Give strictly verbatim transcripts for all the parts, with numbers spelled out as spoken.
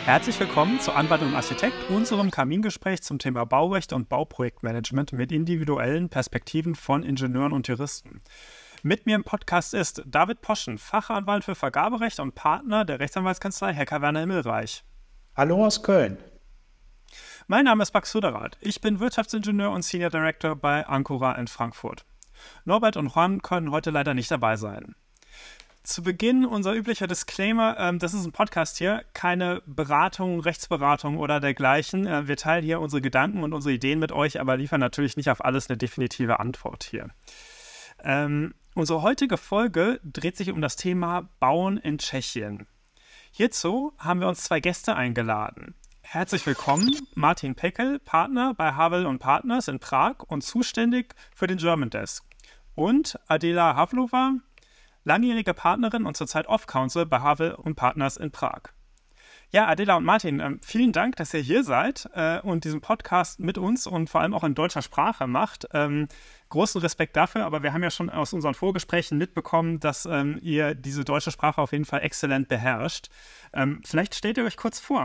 Herzlich willkommen zu Anwalt und Architekt, unserem Kamingespräch zum Thema Baurecht und Bauprojektmanagement mit individuellen Perspektiven von Ingenieuren und Juristen. Mit mir im Podcast ist David Poschen, Fachanwalt für Vergaberecht und Partner der Rechtsanwaltskanzlei Hecker Werner Himmelreich. Hallo aus Köln. Mein Name ist Max Huderath. Ich bin Wirtschaftsingenieur und Senior Director bei Ancora in Frankfurt. Norbert und Juan können heute leider nicht dabei sein. Zu Beginn unser üblicher Disclaimer, ähm, das ist ein Podcast hier, keine Beratung, Rechtsberatung oder dergleichen. Äh, wir teilen hier unsere Gedanken und unsere Ideen mit euch, aber liefern natürlich nicht auf alles eine definitive Antwort hier. Ähm, unsere heutige Folge dreht sich um das Thema Bauen in Tschechien. Hierzu haben wir uns zwei Gäste eingeladen. Herzlich willkommen, Martin Peckel, Partner bei Havel und Partners in Prag und zuständig für den German Desk. Und Adela Havlova, langjährige Partnerin und zurzeit Off-Counsel bei Havel und Partners in Prag. Ja, Adela und Martin, äh, vielen Dank, dass ihr hier seid äh, und diesen Podcast mit uns und vor allem auch in deutscher Sprache macht. Ähm, großen Respekt dafür, aber wir haben ja schon aus unseren Vorgesprächen mitbekommen, dass ähm, ihr diese deutsche Sprache auf jeden Fall exzellent beherrscht. Ähm, vielleicht stellt ihr euch kurz vor.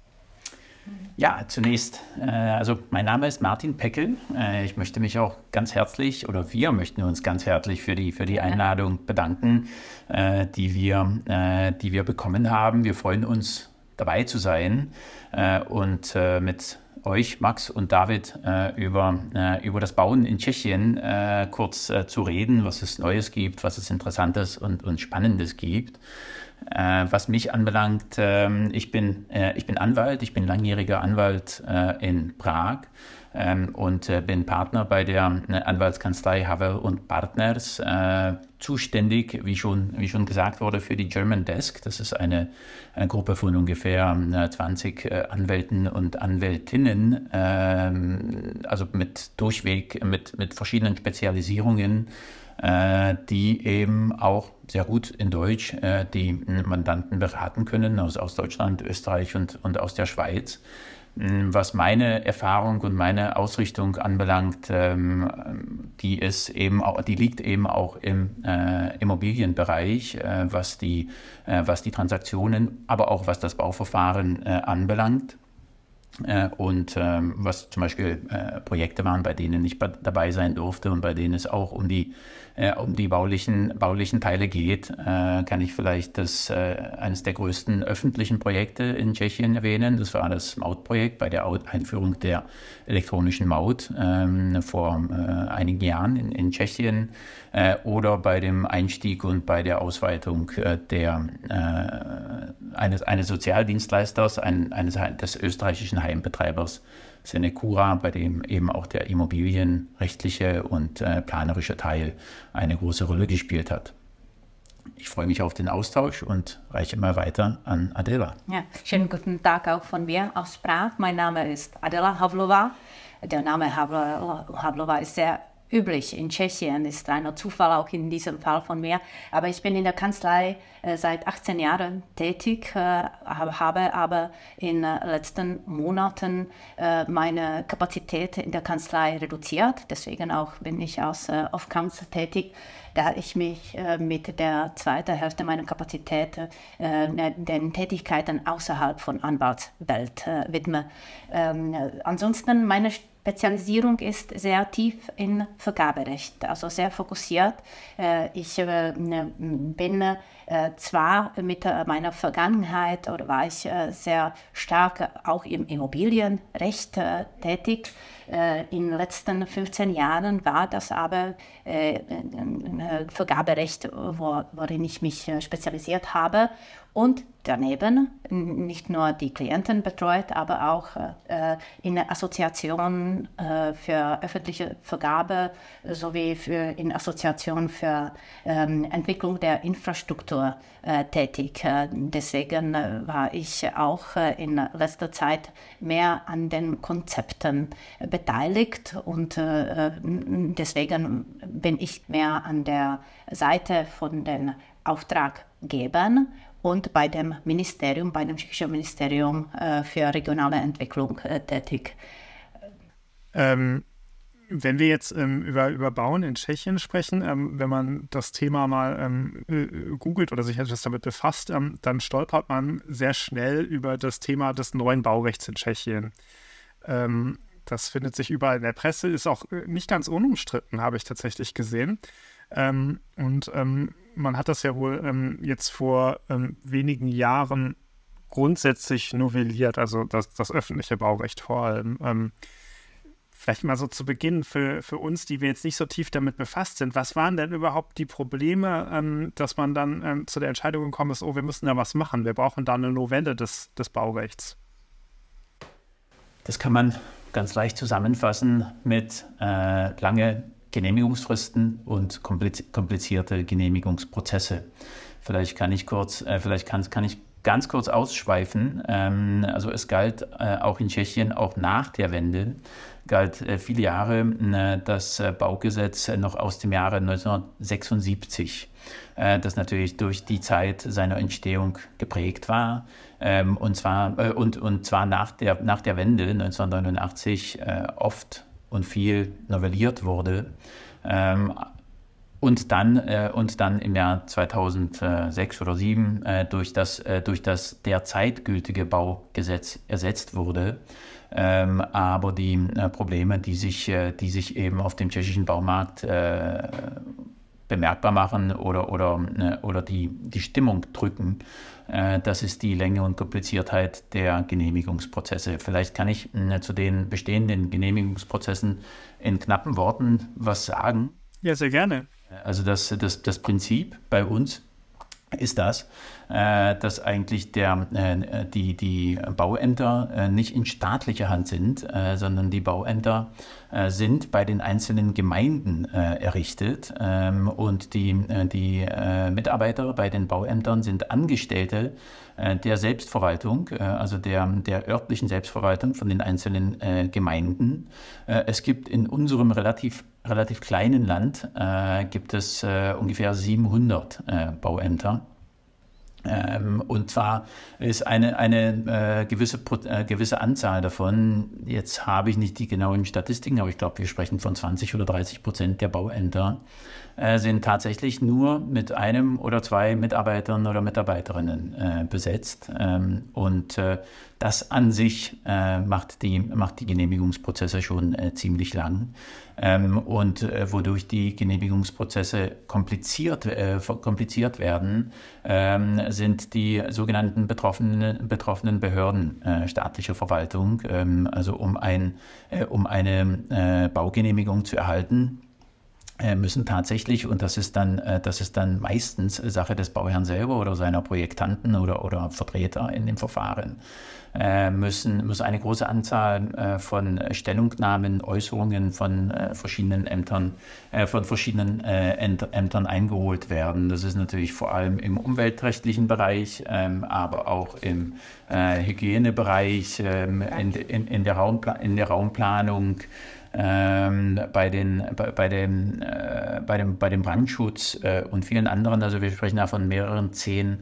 Ja, zunächst, äh, also mein Name ist Martin Peckel. Äh, ich möchte mich auch ganz herzlich, oder wir möchten uns ganz herzlich für die, für die Einladung bedanken, äh, die wir, äh, die wir bekommen haben. Wir freuen uns, dabei zu sein äh, und äh, mit euch, Max und David, äh, über, äh, über das Bauen in Tschechien äh, kurz äh, zu reden, was es Neues gibt, was es Interessantes und, und Spannendes gibt. Äh, was mich anbelangt, äh, ich, bin, äh, ich bin Anwalt, ich bin langjähriger Anwalt äh, in Prag ähm, und äh, bin Partner bei der äh, Anwaltskanzlei Havel und Partners, äh, zuständig, wie schon, wie schon gesagt wurde, für die German Desk. Das ist eine, eine Gruppe von ungefähr äh, zwanzig äh, Anwälten und Anwältinnen, äh, also mit Durchweg, mit, mit verschiedenen Spezialisierungen, die eben auch sehr gut in Deutsch äh, die Mandanten beraten können aus, aus Deutschland, Österreich und, und aus der Schweiz. Was meine Erfahrung und meine Ausrichtung anbelangt, ähm, die, ist eben auch, die liegt eben auch im äh, Immobilienbereich, äh, was, die, äh, was die Transaktionen, aber auch was das Bauverfahren äh, anbelangt. Äh, und ähm, was zum Beispiel äh, Projekte waren, bei denen ich ba- dabei sein durfte und bei denen es auch um die, äh, um die baulichen, baulichen Teile geht, äh, kann ich vielleicht das, äh, eines der größten öffentlichen Projekte in Tschechien erwähnen. Das war das Mautprojekt bei der Einführung der elektronischen Maut ähm, vor äh, einigen Jahren in, in Tschechien äh, oder bei dem Einstieg und bei der Ausweitung äh, der, äh, eines, eines Sozialdienstleisters, ein, eines des österreichischen Heimbetreibers Senecura, bei dem eben auch der immobilienrechtliche und äh, planerische Teil eine große Rolle gespielt hat. Ich freue mich auf den Austausch und reiche mal weiter an Adela. Ja, schönen guten Tag auch von mir aus Prag. Mein Name ist Adela Havlova. Der Name Havlova ist sehr üblich in Tschechien, ist reiner Zufall auch in diesem Fall von mir. Aber ich bin in der Kanzlei äh, seit achtzehn Jahren tätig, äh, habe aber in den äh, letzten Monaten äh, meine Kapazität in der Kanzlei reduziert. Deswegen auch bin ich als äh, Off-Counsel tätig, da ich mich äh, mit der zweiten Hälfte meiner Kapazität äh, den Tätigkeiten außerhalb von Anwaltswelt äh, widme. Ähm, ansonsten meine Spezialisierung ist sehr tief in Vergaberecht, also sehr fokussiert. Ich bin zwar mit meiner Vergangenheit oder war ich sehr stark auch im Immobilienrecht tätig. In den letzten fünfzehn Jahren war das aber Vergaberecht, worin ich mich spezialisiert habe. Und daneben nicht nur die Klienten betreut, aber auch äh, in Assoziationen äh, für öffentliche Vergabe sowie für, in Assoziationen für ähm, Entwicklung der Infrastruktur äh, tätig. Äh, deswegen äh, war ich auch äh, in letzter Zeit mehr an den Konzepten äh, beteiligt und äh, deswegen bin ich mehr an der Seite von den Auftraggebern und bei dem Ministerium, bei dem tschechischen Ministerium äh, für regionale Entwicklung äh, tätig. Ähm, Wenn wir jetzt ähm, über, über Bauen in Tschechien sprechen, ähm, wenn man das Thema mal ähm, äh, googelt oder sich etwas damit befasst, ähm, dann stolpert man sehr schnell über das Thema des neuen Baurechts in Tschechien. Ähm, das findet sich überall in der Presse, ist auch nicht ganz unumstritten, habe ich tatsächlich gesehen. Ähm, und ähm, man hat das ja wohl ähm, jetzt vor ähm, wenigen Jahren grundsätzlich novelliert, also das, das öffentliche Baurecht vor allem. Ähm, Vielleicht mal so zu Beginn für, für uns, die wir jetzt nicht so tief damit befasst sind. Was waren denn überhaupt die Probleme, ähm, dass man dann ähm, zu der Entscheidung gekommen ist, oh, wir müssen da was machen, wir brauchen da eine Novelle des, des Baurechts? Das kann man ganz leicht zusammenfassen mit äh, lange Genehmigungsfristen und komplizierte Genehmigungsprozesse. Vielleicht kann ich kurz, äh, vielleicht kann, kann ich ganz kurz ausschweifen. Ähm, also es galt äh, auch in Tschechien, auch nach der Wende, galt äh, viele Jahre äh, das äh, Baugesetz äh, noch aus dem Jahre neunzehnhundertsechsundsiebzig, äh, das natürlich durch die Zeit seiner Entstehung geprägt war. Ähm, und, zwar, äh, und, und zwar nach der, nach der Wende neunzehnhundertneunundachtzig äh, oft und viel novelliert wurde. Ähm, Und dann, äh, und dann im Jahr zweitausendsechs oder zweitausendsieben äh, durch, das, äh, durch das derzeit gültige Baugesetz ersetzt wurde. Ähm, aber die äh, Probleme, die sich, äh, die sich eben auf dem tschechischen Baumarkt äh, bemerkbar machen oder, oder, äh, oder die, die Stimmung drücken, äh, das ist die Länge und Kompliziertheit der Genehmigungsprozesse. Vielleicht kann ich äh, zu den bestehenden Genehmigungsprozessen in knappen Worten was sagen. Ja, sehr gerne. Also das, das, das Prinzip bei uns ist das, äh, dass eigentlich der, äh, die, die Bauämter äh, nicht in staatlicher Hand sind, äh, sondern die Bauämter äh, sind bei den einzelnen Gemeinden äh, errichtet ähm, und die, äh, die äh, Mitarbeiter bei den Bauämtern sind Angestellte äh, der Selbstverwaltung, äh, also der, der örtlichen Selbstverwaltung von den einzelnen äh, Gemeinden. Äh, es gibt in unserem relativ relativ kleinen Land äh, gibt es äh, ungefähr siebenhundert äh, Bauämter. Ähm, und zwar ist eine, eine äh, gewisse, äh, gewisse Anzahl davon, jetzt habe ich nicht die genauen Statistiken, aber ich glaube, wir sprechen von zwanzig oder dreißig Prozent der Bauämter, äh, sind tatsächlich nur mit einem oder zwei Mitarbeitern oder Mitarbeiterinnen äh, besetzt. Ähm, und äh, das an sich äh, macht, die, macht die Genehmigungsprozesse schon äh, ziemlich lang. Ähm, und äh, wodurch die Genehmigungsprozesse kompliziert, äh, kompliziert werden, ähm, sind die sogenannten betroffenen, betroffenen Behörden äh, staatlicher Verwaltung. Ähm, also um, ein, äh, um eine äh, Baugenehmigung zu erhalten, äh, müssen tatsächlich, und das ist dann, äh, das ist dann meistens Sache des Bauherrn selber oder seiner Projektanten oder, oder Vertreter in dem Verfahren, Äh, müssen, muss eine große Anzahl äh, von Stellungnahmen, Äußerungen von äh, verschiedenen Ämtern, äh, von verschiedenen äh, Ämtern eingeholt werden. Das ist natürlich vor allem im umweltrechtlichen Bereich, ähm, aber auch im äh, Hygienebereich, ähm, in, in, in, der Raumpla- in der Raumplanung, ähm, bei, den, bei, bei, dem, äh, bei, dem, bei dem Brandschutz äh, und vielen anderen. Also wir sprechen da von mehreren zehn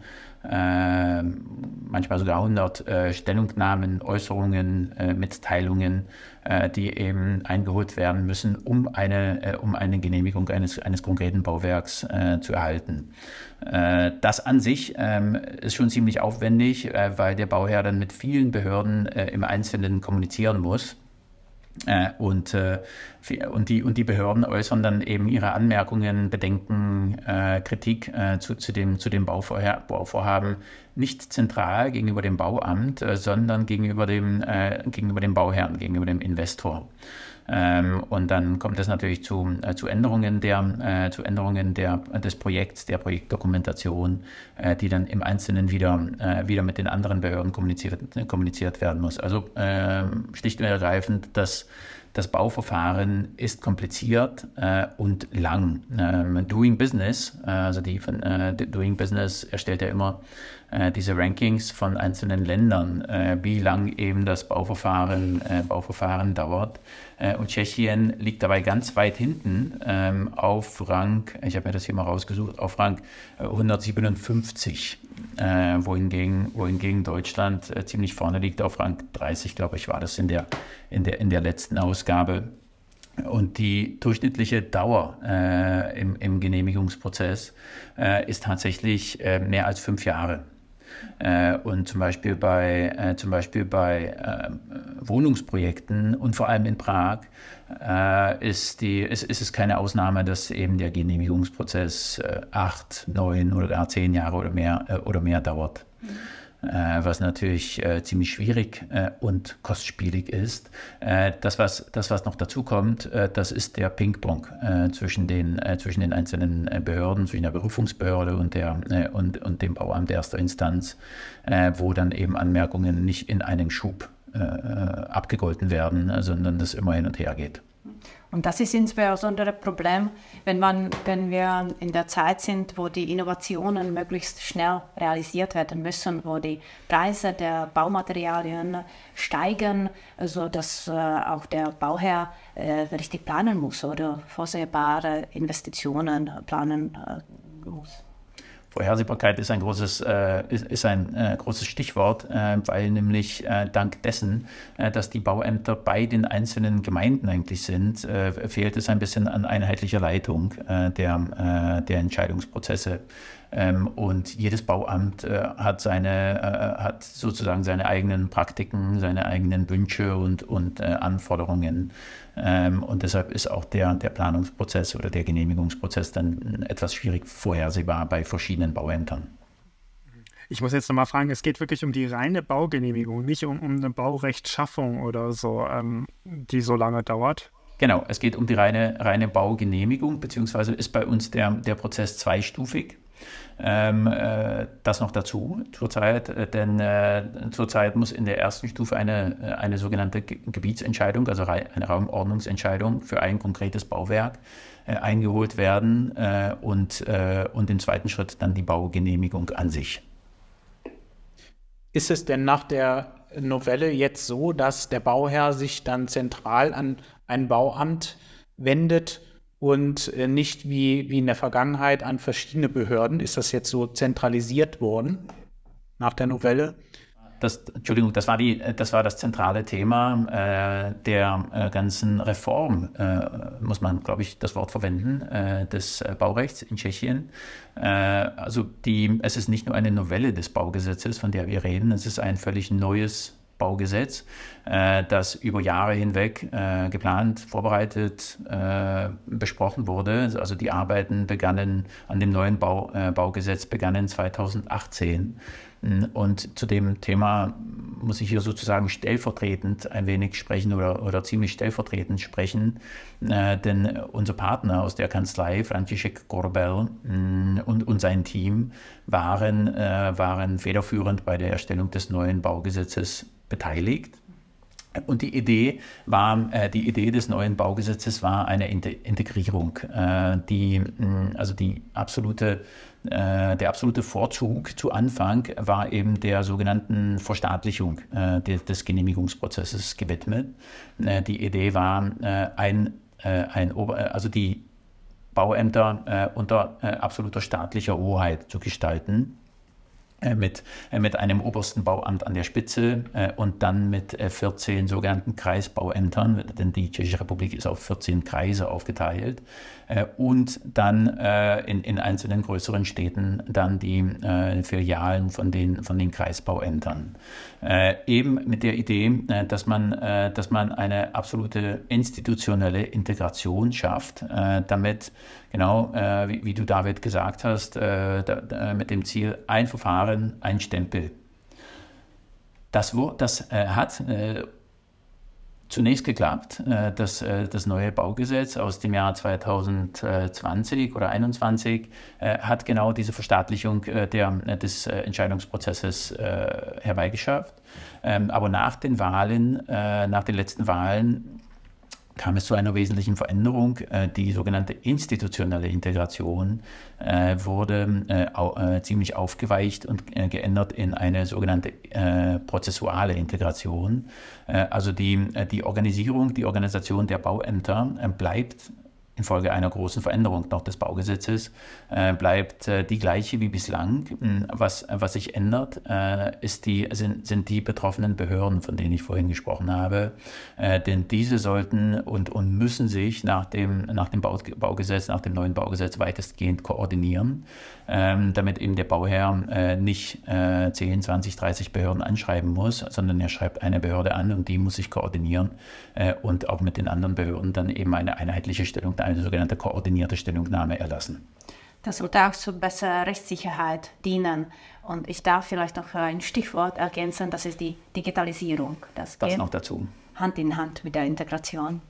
Äh, manchmal sogar hundert äh, Stellungnahmen, Äußerungen, äh, Mitteilungen, äh, die eben eingeholt werden müssen, um eine, äh, um eine Genehmigung eines, eines konkreten Bauwerks äh, zu erhalten. Äh, das an sich äh, ist schon ziemlich aufwendig, äh, weil der Bauherr dann mit vielen Behörden äh, im Einzelnen kommunizieren muss. Äh, und, äh, und, die, und die Behörden äußern dann eben ihre Anmerkungen, Bedenken, äh, Kritik äh, zu, zu dem, zu dem Bauvorher- Bauvorhaben nicht zentral gegenüber dem Bauamt, äh, sondern gegenüber dem, äh, gegenüber dem Bauherrn, gegenüber dem Investor. Ähm, und dann kommt es natürlich zu, äh, zu Änderungen, der, äh, zu Änderungen der, des Projekts, der Projektdokumentation, äh, die dann im Einzelnen wieder, äh, wieder mit den anderen Behörden kommuniziert, kommuniziert werden muss. Also äh, schlicht und ergreifend, das, das Bauverfahren ist kompliziert äh, und lang. Ähm, Doing Business, äh, also die von äh, Doing Business erstellt ja immer äh, diese Rankings von einzelnen Ländern, äh, wie lang eben das Bauverfahren, äh, Bauverfahren dauert. Äh, und Tschechien liegt dabei ganz weit hinten ähm, auf Rang, ich habe mir das hier mal rausgesucht, auf Rang äh, hundertsiebenundfünfzig, äh, wohingegen, wohingegen Deutschland äh, ziemlich vorne liegt, auf Rang dreißig, glaube ich, war das in der, in der, in der letzten Ausgabe. Und die durchschnittliche Dauer äh, im, im Genehmigungsprozess äh, ist tatsächlich äh, mehr als fünf Jahre. Äh, und zum Beispiel bei, äh, zum Beispiel bei äh, Wohnungsprojekten und vor allem in Prag äh, ist, die, ist, ist es keine Ausnahme, dass eben der Genehmigungsprozess äh, acht, neun oder gar zehn Jahre oder mehr, äh, oder mehr dauert. Mhm. Äh, was natürlich äh, ziemlich schwierig äh, und kostspielig ist. Äh, das, was, das, was noch dazu kommt, äh, das ist der Ping-Pong äh, zwischen, den, äh, zwischen den einzelnen äh, Behörden, zwischen der Berufungsbehörde und, der, äh, und, und dem Bauamt erster Instanz, äh, wo dann eben Anmerkungen nicht in einem Schub äh, abgegolten werden, äh, sondern das immer hin und her geht. Und das ist insbesondere ein Problem, wenn, man, wenn wir in der Zeit sind, wo die Innovationen möglichst schnell realisiert werden müssen, wo die Preise der Baumaterialien steigen, sodass äh, auch der Bauherr äh, richtig planen muss oder vorsehbare Investitionen planen äh, muss. Vorhersehbarkeit ist ein großes, äh, ist, ist ein äh, großes Stichwort, äh, weil nämlich äh, dank dessen, äh, dass die Bauämter bei den einzelnen Gemeinden eigentlich sind, äh, fehlt es ein bisschen an einheitlicher Leitung äh, der, äh, der Entscheidungsprozesse. Ähm, und jedes Bauamt äh, hat, seine, äh, hat sozusagen seine eigenen Praktiken, seine eigenen Wünsche und, und äh, Anforderungen. Ähm, und deshalb ist auch der, der Planungsprozess oder der Genehmigungsprozess dann etwas schwierig vorhersehbar bei verschiedenen Bauämtern. Ich muss jetzt nochmal fragen, es geht wirklich um die reine Baugenehmigung, nicht um, um eine Baurechtschaffung oder so, ähm, die so lange dauert? Genau, es geht um die reine, reine Baugenehmigung, beziehungsweise ist bei uns der, der Prozess zweistufig. Ähm, äh, das noch dazu zurzeit, äh, denn äh, zurzeit muss in der ersten Stufe eine, eine sogenannte Ge- Gebietsentscheidung, also Ra- eine Raumordnungsentscheidung für ein konkretes Bauwerk äh, eingeholt werden äh, und, äh, und im zweiten Schritt dann die Baugenehmigung an sich. Ist es denn nach der Novelle jetzt so, dass der Bauherr sich dann zentral an ein Bauamt wendet und nicht wie, wie in der Vergangenheit an verschiedene Behörden? Ist das jetzt so zentralisiert worden nach der Novelle? Das, Entschuldigung, das war, die, das war das zentrale Thema äh, der äh, ganzen Reform, äh, muss man, glaube ich, das Wort verwenden, äh, des äh, Baurechts in Tschechien. Äh, also die, es ist nicht nur eine Novelle des Baugesetzes, von der wir reden, es ist ein völlig neues Baugesetz, äh, das über Jahre hinweg äh, geplant, vorbereitet, äh, besprochen wurde. Also die Arbeiten begannen an dem neuen Bau, äh, Baugesetz begannen zweitausendachtzehn. Und zu dem Thema muss ich hier sozusagen stellvertretend ein wenig sprechen oder, oder ziemlich stellvertretend sprechen, äh, denn unser Partner aus der Kanzlei, František Korbel mh, und, und sein Team waren, äh, waren federführend bei der Erstellung des neuen Baugesetzes beteiligt. Und die Idee war, äh, die Idee des neuen Baugesetzes war eine Integrierung, äh, die, mh, also die absolute Äh, der absolute Vorzug zu Anfang war eben der sogenannten Verstaatlichung äh, des, des Genehmigungsprozesses gewidmet. Äh, die Idee war, äh, ein, äh, ein Ober-, also die Bauämter äh, unter äh, absoluter staatlicher Hoheit zu gestalten. Mit, mit einem obersten Bauamt an der Spitze äh, und dann mit äh, vierzehn sogenannten Kreisbauämtern, denn die Tschechische Republik ist auf vierzehn Kreise aufgeteilt, äh, und dann äh, in, in einzelnen größeren Städten dann die äh, Filialen von den, von den Kreisbauämtern. Äh, eben mit der Idee, äh, dass, man, äh, dass man eine absolute institutionelle Integration schafft, äh, damit genau, äh, wie, wie du David gesagt hast, äh, da, da, mit dem Ziel, ein Verfahren, ein Stempel. Das, das äh, hat äh, zunächst geklappt. Äh, das, äh, das neue Baugesetz aus dem Jahr zweitausendzwanzig oder zweitausendeinundzwanzig äh, hat genau diese Verstaatlichung äh, der, des äh, Entscheidungsprozesses äh, herbeigeschafft. Ähm, aber nach den Wahlen, äh, nach den letzten Wahlen, kam es zu einer wesentlichen Veränderung. Die sogenannte institutionelle Integration äh, wurde äh, au, äh, ziemlich aufgeweicht und äh, geändert in eine sogenannte äh, prozessuale Integration. Äh, also die, die Organisierung, die Organisation der Bauämter äh, bleibt infolge einer großen Veränderung noch des Baugesetzes, äh, bleibt äh, die gleiche wie bislang. Was, was sich ändert, äh, ist die, sind, sind die betroffenen Behörden, von denen ich vorhin gesprochen habe. Äh, denn diese sollten und, und müssen sich nach dem, nach dem Bau, Baugesetz, nach dem neuen Baugesetz weitestgehend koordinieren, ähm, damit eben der Bauherr äh, nicht äh, zehn, zwanzig, dreißig Behörden anschreiben muss, sondern er schreibt eine Behörde an und die muss sich koordinieren äh, und auch mit den anderen Behörden dann eben eine einheitliche Stellungnahme, eine sogenannte koordinierte Stellungnahme erlassen. Das sollte auch zu besserer Rechtssicherheit dienen. Und ich darf vielleicht noch ein Stichwort ergänzen, das ist die Digitalisierung. Das, das geht noch dazu. Hand in Hand mit der Integration.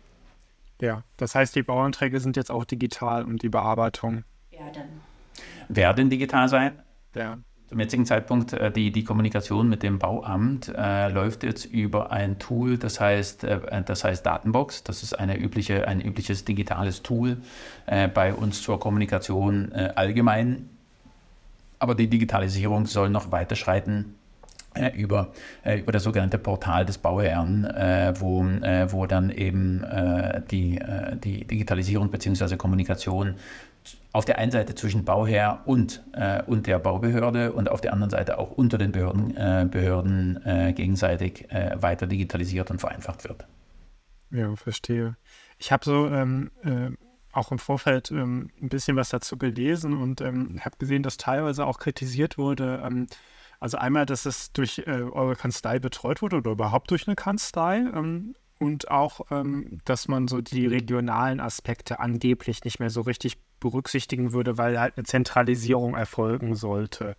Ja, das heißt, die Bauanträge sind jetzt auch digital und die Bearbeitung Werden. Werden digital sein. Ja. Zum jetzigen Zeitpunkt, äh, die, die Kommunikation mit dem Bauamt äh, läuft jetzt über ein Tool, das heißt, äh, das heißt Datenbox. Das ist eine übliche, ein übliches digitales Tool äh, bei uns zur Kommunikation äh, allgemein. Aber die Digitalisierung soll noch weiter schreiten äh, über, äh, über das sogenannte Portal des Bauherrn, äh, wo, äh, wo dann eben äh, die, äh, die Digitalisierung bzw. Kommunikation auf der einen Seite zwischen Bauherr und, äh, und der Baubehörde und auf der anderen Seite auch unter den Behörden, äh, Behörden äh, gegenseitig äh, weiter digitalisiert und vereinfacht wird. Ja, verstehe. Ich habe so ähm, äh, auch im Vorfeld ähm, ein bisschen was dazu gelesen und ähm, habe gesehen, dass teilweise auch kritisiert wurde, ähm, also einmal, dass es durch äh, eure Kanzlei betreut wurde oder überhaupt durch eine Kanzlei, ähm, und auch, ähm, dass man so die regionalen Aspekte angeblich nicht mehr so richtig berücksichtigen würde, weil halt eine Zentralisierung erfolgen sollte.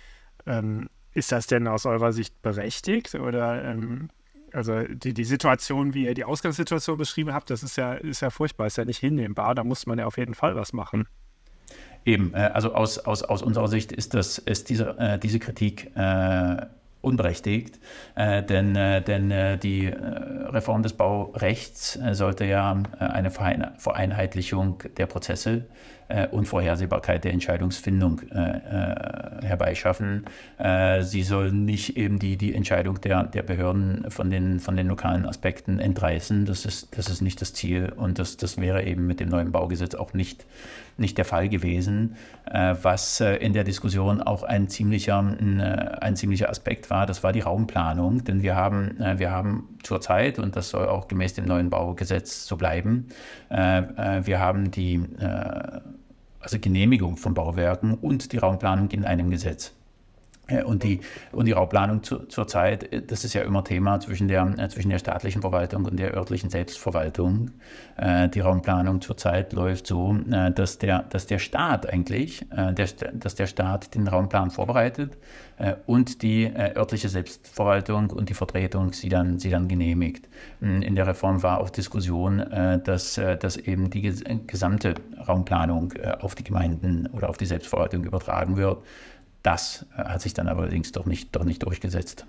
Ähm, ist das denn aus eurer Sicht berechtigt? Oder ähm, also die, die Situation, wie ihr die Ausgangssituation beschrieben habt, das ist ja, ist ja furchtbar, ist ja nicht hinnehmbar. Da muss man ja auf jeden Fall was machen. Eben, äh, also aus, aus, aus unserer Sicht ist, das, ist diese, äh, diese Kritik äh, unberechtigt, äh, denn, äh, denn äh, die äh, Reform des Baurechts äh, sollte ja äh, eine Vereinheitlichung der Prozesse äh, und Vorhersehbarkeit der Entscheidungsfindung äh, äh, herbeischaffen. Äh, sie soll nicht eben die, die Entscheidung der, der Behörden von den, von den lokalen Aspekten entreißen. Das ist, das ist nicht das Ziel und das, das wäre eben mit dem neuen Baugesetz auch nicht, nicht der Fall gewesen, äh, was äh, in der Diskussion auch ein ziemlicher, äh, ein ziemlicher Aspekt war. Das war die Raumplanung, denn wir haben, äh, wir haben zurzeit, und das soll auch gemäß dem neuen Baugesetz so bleiben, äh, äh, wir haben die äh, also Genehmigung von Bauwerken und die Raumplanung in einem Gesetz. Und die, und die Raumplanung zu, zurzeit, das ist ja immer Thema zwischen der, äh, zwischen der staatlichen Verwaltung und der örtlichen Selbstverwaltung. Äh, die Raumplanung zurzeit läuft so, äh, dass, der, dass der Staat eigentlich, äh, der, dass der Staat den Raumplan vorbereitet äh, und die äh, örtliche Selbstverwaltung und die Vertretung sie dann, sie dann genehmigt. In der Reform war auch Diskussion, äh, dass, äh, dass eben die ges gesamte Raumplanung äh, auf die Gemeinden oder auf die Selbstverwaltung übertragen wird. Das hat sich dann allerdings doch nicht, doch nicht durchgesetzt.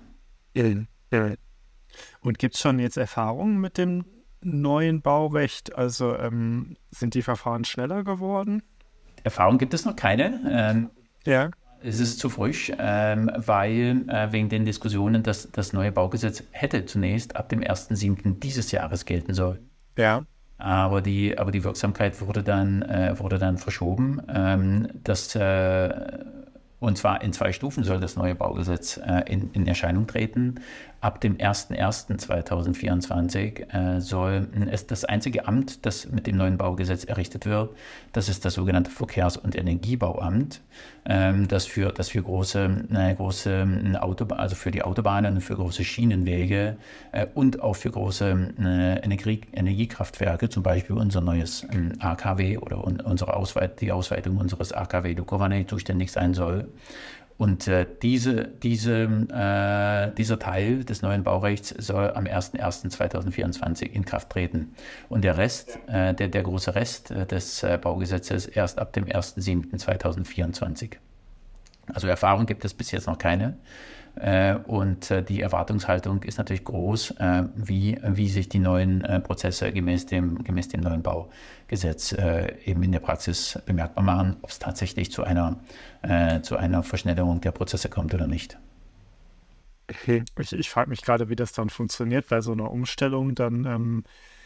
Und gibt es schon jetzt Erfahrungen mit dem neuen Baurecht? Also ähm, sind die Verfahren schneller geworden? Erfahrung gibt es noch keine. Ähm, ja. Es ist zu frisch, ähm, weil äh, wegen den Diskussionen, dass das neue Baugesetz hätte zunächst ab dem ersten siebten dieses Jahres gelten sollen. Ja. Aber die, aber die Wirksamkeit wurde dann, äh, wurde dann verschoben. Ähm, das äh, Und zwar in zwei Stufen soll das neue Baugesetz äh, in, in Erscheinung treten. Ab dem ersten ersten zweitausendvierundzwanzig äh, soll es das einzige Amt, das mit dem neuen Baugesetz errichtet wird, das ist das sogenannte Verkehrs- und Energiebauamt, ähm, das für, das für große, äh, große Autobahnen, also für die Autobahnen und für große Schienenwege äh, und auch für große äh, Energie, Energiekraftwerke, zum Beispiel unser neues äh, A K W oder un, unsere Ausweit die Ausweitung unseres A K W Dukovany zuständig sein soll. Und äh, diese, diese, äh, dieser Teil des neuen Baurechts soll am ersten ersten zweitausendvierundzwanzig in Kraft treten. Und der Rest, äh, der, der große Rest äh, des äh, Baugesetzes erst ab dem ersten siebten zweitausendvierundzwanzig. Also Erfahrung gibt es bis jetzt noch keine. Äh, und äh, die Erwartungshaltung ist natürlich groß, äh, wie, wie sich die neuen äh, Prozesse gemäß dem, gemäß dem neuen Baugesetz äh, eben in der Praxis bemerkbar machen, ob es tatsächlich zu einer, äh, zu einer Verschnellerung der Prozesse kommt oder nicht. Ich, ich frage mich gerade, wie das dann funktioniert bei so einer Umstellung. Dann ähm,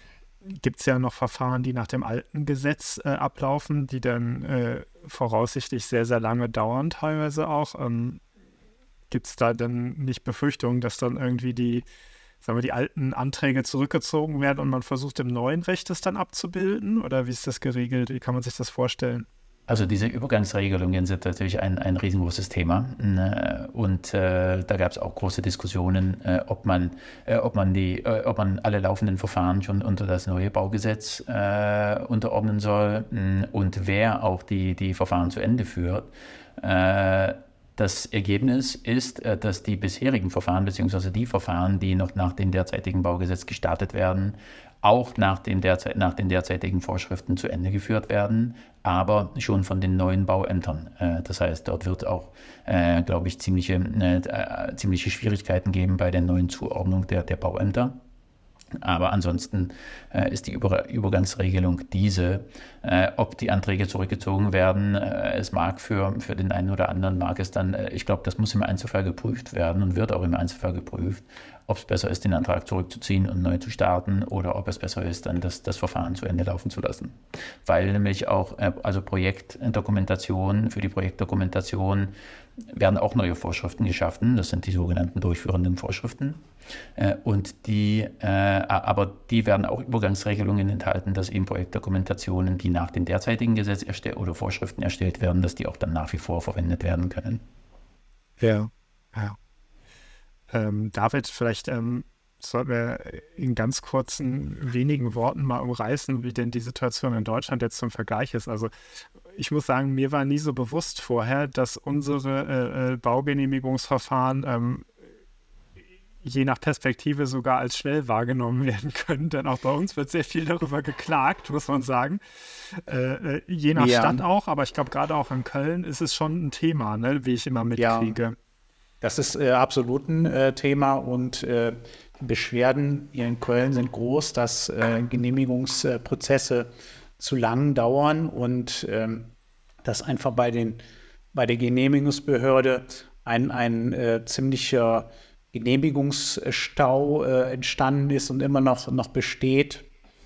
gibt es ja noch Verfahren, die nach dem alten Gesetz äh, ablaufen, die dann äh, voraussichtlich sehr, sehr lange dauern teilweise auch. Ähm, gibt es da dann nicht Befürchtungen, dass dann irgendwie die, sagen wir, die alten Anträge zurückgezogen werden und man versucht im neuen Recht das dann abzubilden? Oder wie ist das geregelt? Wie kann man sich das vorstellen? Also diese Übergangsregelungen sind natürlich ein, ein riesengroßes Thema und äh, da gab es auch große Diskussionen, äh, ob man, äh, ob man die, äh, ob man alle laufenden Verfahren schon unter das neue Baugesetz äh, unterordnen soll und wer auch die, die Verfahren zu Ende führt. Äh, Das Ergebnis ist, dass die bisherigen Verfahren bzw. die Verfahren, die noch nach dem derzeitigen Baugesetz gestartet werden, auch nach, dem derzeit, nach den derzeitigen Vorschriften zu Ende geführt werden, aber schon von den neuen Bauämtern. Das heißt, dort wird auch, äh, glaube ich, ziemliche, äh, ziemliche Schwierigkeiten geben bei der neuen Zuordnung der, der Bauämter. Aber ansonsten äh, ist die Über- Übergangsregelung diese. Äh, ob die Anträge zurückgezogen werden, äh, es mag für, für den einen oder anderen, mag es dann, äh, ich glaube, das muss im Einzelfall geprüft werden und wird auch im Einzelfall geprüft, ob es besser ist, den Antrag zurückzuziehen und neu zu starten oder ob es besser ist, dann das, das Verfahren zu Ende laufen zu lassen. Weil nämlich auch, äh, also Projektdokumentation, für die Projektdokumentation werden auch neue Vorschriften geschaffen. Das sind die sogenannten durchführenden Vorschriften. Äh, und die, äh, aber die werden auch Übergangsregelungen enthalten, dass eben Projektdokumentationen, die nach dem derzeitigen Gesetz erstellt oder Vorschriften erstellt werden, dass die auch dann nach wie vor verwendet werden können. Ja, ja. Ähm, David, vielleicht ähm, sollten wir in ganz kurzen, wenigen Worten mal umreißen, wie denn die Situation in Deutschland jetzt zum Vergleich ist. Also ich muss sagen, mir war nie so bewusst vorher, dass unsere äh, Baugenehmigungsverfahren ähm, je nach Perspektive sogar als schnell wahrgenommen werden können. Denn auch bei uns wird sehr viel darüber geklagt, muss man sagen. Äh, je nach ja. Stadt auch, aber ich glaube, gerade auch in Köln ist es schon ein Thema, ne, wie ich immer mitkriege. Ja, das ist äh, absolut ein äh, Thema und äh, die Beschwerden hier in Köln sind groß, dass äh, Genehmigungsprozesse zu lang dauern und ähm, dass einfach bei, den, bei der Genehmigungsbehörde ein, ein äh, ziemlicher Genehmigungsstau äh, entstanden ist und immer noch, noch besteht.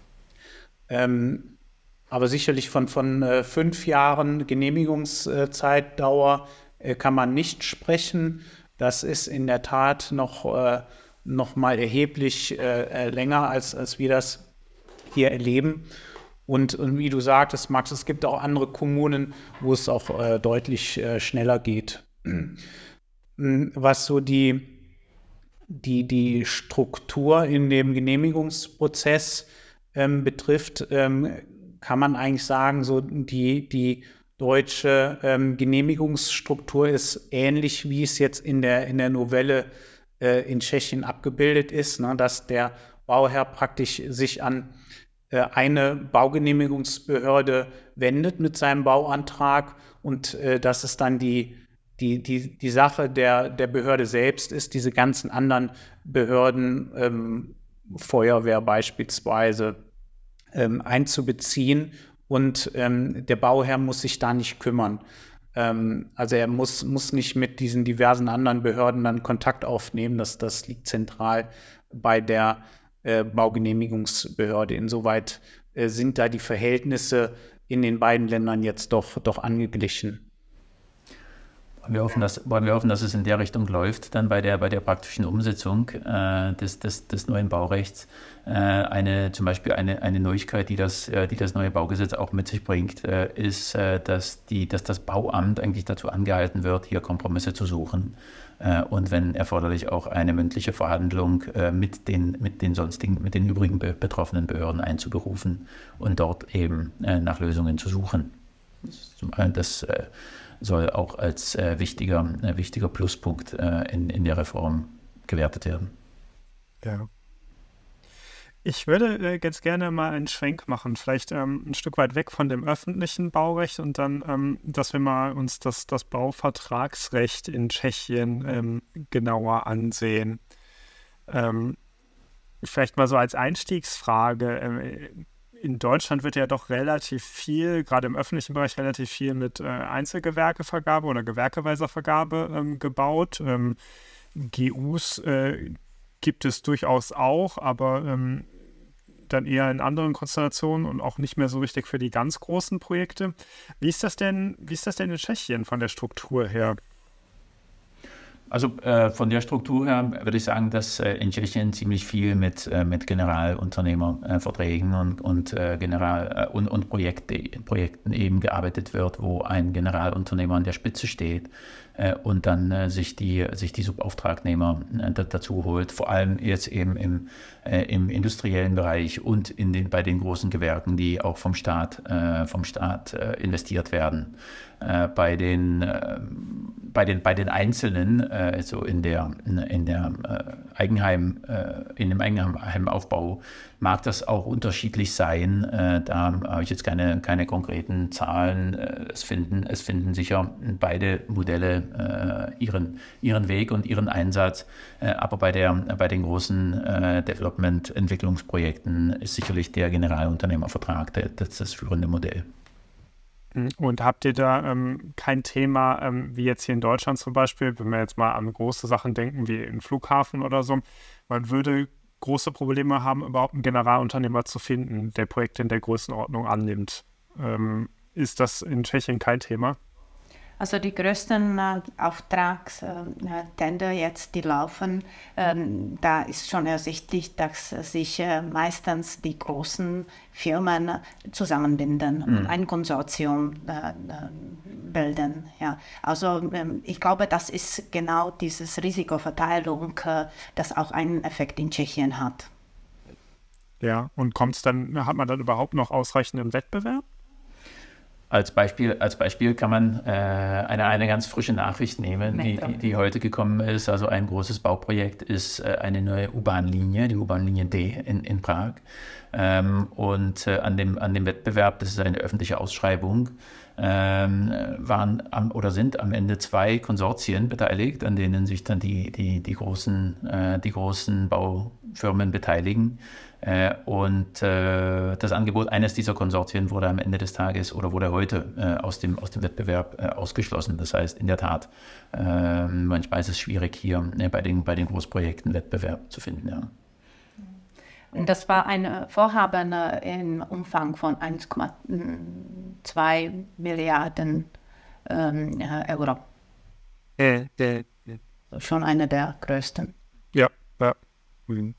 Ähm, aber sicherlich von, von äh, fünf Jahren Genehmigungszeitdauer äh, kann man nicht sprechen. Das ist in der Tat noch, äh, noch mal erheblich äh, länger, als, als wir das hier erleben. Und, und wie du sagtest, Max, es gibt auch andere Kommunen, wo es auch äh, deutlich äh, schneller geht. Was so die, die, die Struktur in dem Genehmigungsprozess ähm, betrifft, ähm, kann man eigentlich sagen, so die, die deutsche ähm, Genehmigungsstruktur ist ähnlich, wie es jetzt in der, in der Novelle äh, in Tschechien abgebildet ist, ne, dass der Bauherr praktisch sich an äh, eine Baugenehmigungsbehörde wendet mit seinem Bauantrag und äh, dass es dann die, die, die, die Sache der, der Behörde selbst ist, diese ganzen anderen Behörden, ähm, Feuerwehr beispielsweise, ähm, einzubeziehen. Und ähm, der Bauherr muss sich da nicht kümmern. Ähm, also er muss, muss nicht mit diesen diversen anderen Behörden dann Kontakt aufnehmen. Das, das liegt zentral bei der äh, Baugenehmigungsbehörde. Insoweit äh, sind da die Verhältnisse in den beiden Ländern jetzt doch, doch angeglichen. Wollen wir hoffen, dass, wollen wir hoffen, dass es in der Richtung läuft, dann bei der, bei der praktischen Umsetzung äh, des, des, des neuen Baurechts. Äh, eine, zum Beispiel eine, eine Neuigkeit, die das, äh, die das neue Baugesetz auch mit sich bringt, äh, ist, äh, dass, die, dass das Bauamt eigentlich dazu angehalten wird, hier Kompromisse zu suchen äh, und wenn erforderlich auch eine mündliche Verhandlung äh, mit, den, mit den sonstigen, mit den übrigen be- betroffenen Behörden einzuberufen und dort eben äh, nach Lösungen zu suchen. Das, ist zum einen das äh, soll auch als äh, wichtiger, äh, wichtiger Pluspunkt äh, in, in der Reform gewertet werden. Ja. Ich würde äh, ganz gerne mal einen Schwenk machen, vielleicht ähm, ein Stück weit weg von dem öffentlichen Baurecht und dann, ähm, dass wir mal uns das, das Bauvertragsrecht in Tschechien ähm, genauer ansehen. Ähm, vielleicht mal so als Einstiegsfrage. Ähm, In Deutschland wird ja doch relativ viel, gerade im öffentlichen Bereich, relativ viel mit äh, Einzelgewerkevergabe oder gewerkeweiser Vergabe ähm, gebaut. Ähm, G Us äh, gibt es durchaus auch, aber ähm, dann eher in anderen Konstellationen und auch nicht mehr so richtig für die ganz großen Projekte. Wie ist das denn, wie ist das denn in Tschechien von der Struktur her? Also äh, von der Struktur her würde ich sagen, dass äh, in Tschechien ziemlich viel mit, äh, mit Generalunternehmerverträgen und, und, äh, General, äh, und, und Projekte, Projekten eben gearbeitet wird, wo ein Generalunternehmer an der Spitze steht äh, und dann äh, sich, die, sich die Subauftragnehmer äh, dazu holt, vor allem jetzt eben im, äh, im industriellen Bereich und in den, bei den großen Gewerken, die auch vom Staat, äh, vom Staat äh, investiert werden. Äh, bei den, äh, bei den, bei den Einzelnen, äh, so in der, in der äh, Eigenheim, äh, in dem Eigenheimaufbau mag das auch unterschiedlich sein. Äh, da habe ich jetzt keine, keine konkreten Zahlen. Äh, es finden, es finden sicher beide Modelle äh, ihren, ihren Weg und ihren Einsatz. Äh, aber bei der, bei den großen äh, Development-Entwicklungsprojekten ist sicherlich der Generalunternehmervertrag der, das, das führende Modell. Und habt ihr da ähm, kein Thema, ähm, wie jetzt hier in Deutschland zum Beispiel, wenn wir jetzt mal an große Sachen denken, wie einen Flughafen oder so, man würde große Probleme haben, überhaupt einen Generalunternehmer zu finden, der Projekte in der Größenordnung annimmt. Ähm, ist das in Tschechien kein Thema? Also die größten äh, Auftragstender jetzt, die laufen, ähm, da ist schon ersichtlich, dass sich äh, meistens die großen Firmen zusammenbinden mhm. und ein Konsortium äh, bilden. Ja. Also ähm, ich glaube, das ist genau diese Risikoverteilung, äh, das auch einen Effekt in Tschechien hat. Ja, und kommt's dann, hat man dann überhaupt noch ausreichenden Wettbewerb? Als Beispiel, als Beispiel kann man äh, eine, eine ganz frische Nachricht nehmen, die, die, die heute gekommen ist. Also ein großes Bauprojekt ist äh, eine neue U-Bahn-Linie, die U-Bahn-Linie D in, in Prag. Ähm, und äh, an, dem, an dem Wettbewerb, das ist eine öffentliche Ausschreibung, ähm, waren am, oder sind am Ende zwei Konsortien beteiligt, an denen sich dann die, die, die, großen, äh, die großen Baufirmen beteiligen. Äh, und äh, das Angebot eines dieser Konsortien wurde am Ende des Tages oder wurde heute äh, aus, dem, aus dem Wettbewerb äh, ausgeschlossen. Das heißt, in der Tat, äh, manchmal ist es schwierig, hier äh, bei, den, bei den Großprojekten Wettbewerb zu finden. Ja. Und das war ein Vorhaben äh, im Umfang von eins Komma zwei Milliarden ähm, Euro. Äh, äh, äh. Schon einer der größten. Ja, ja. Mhm.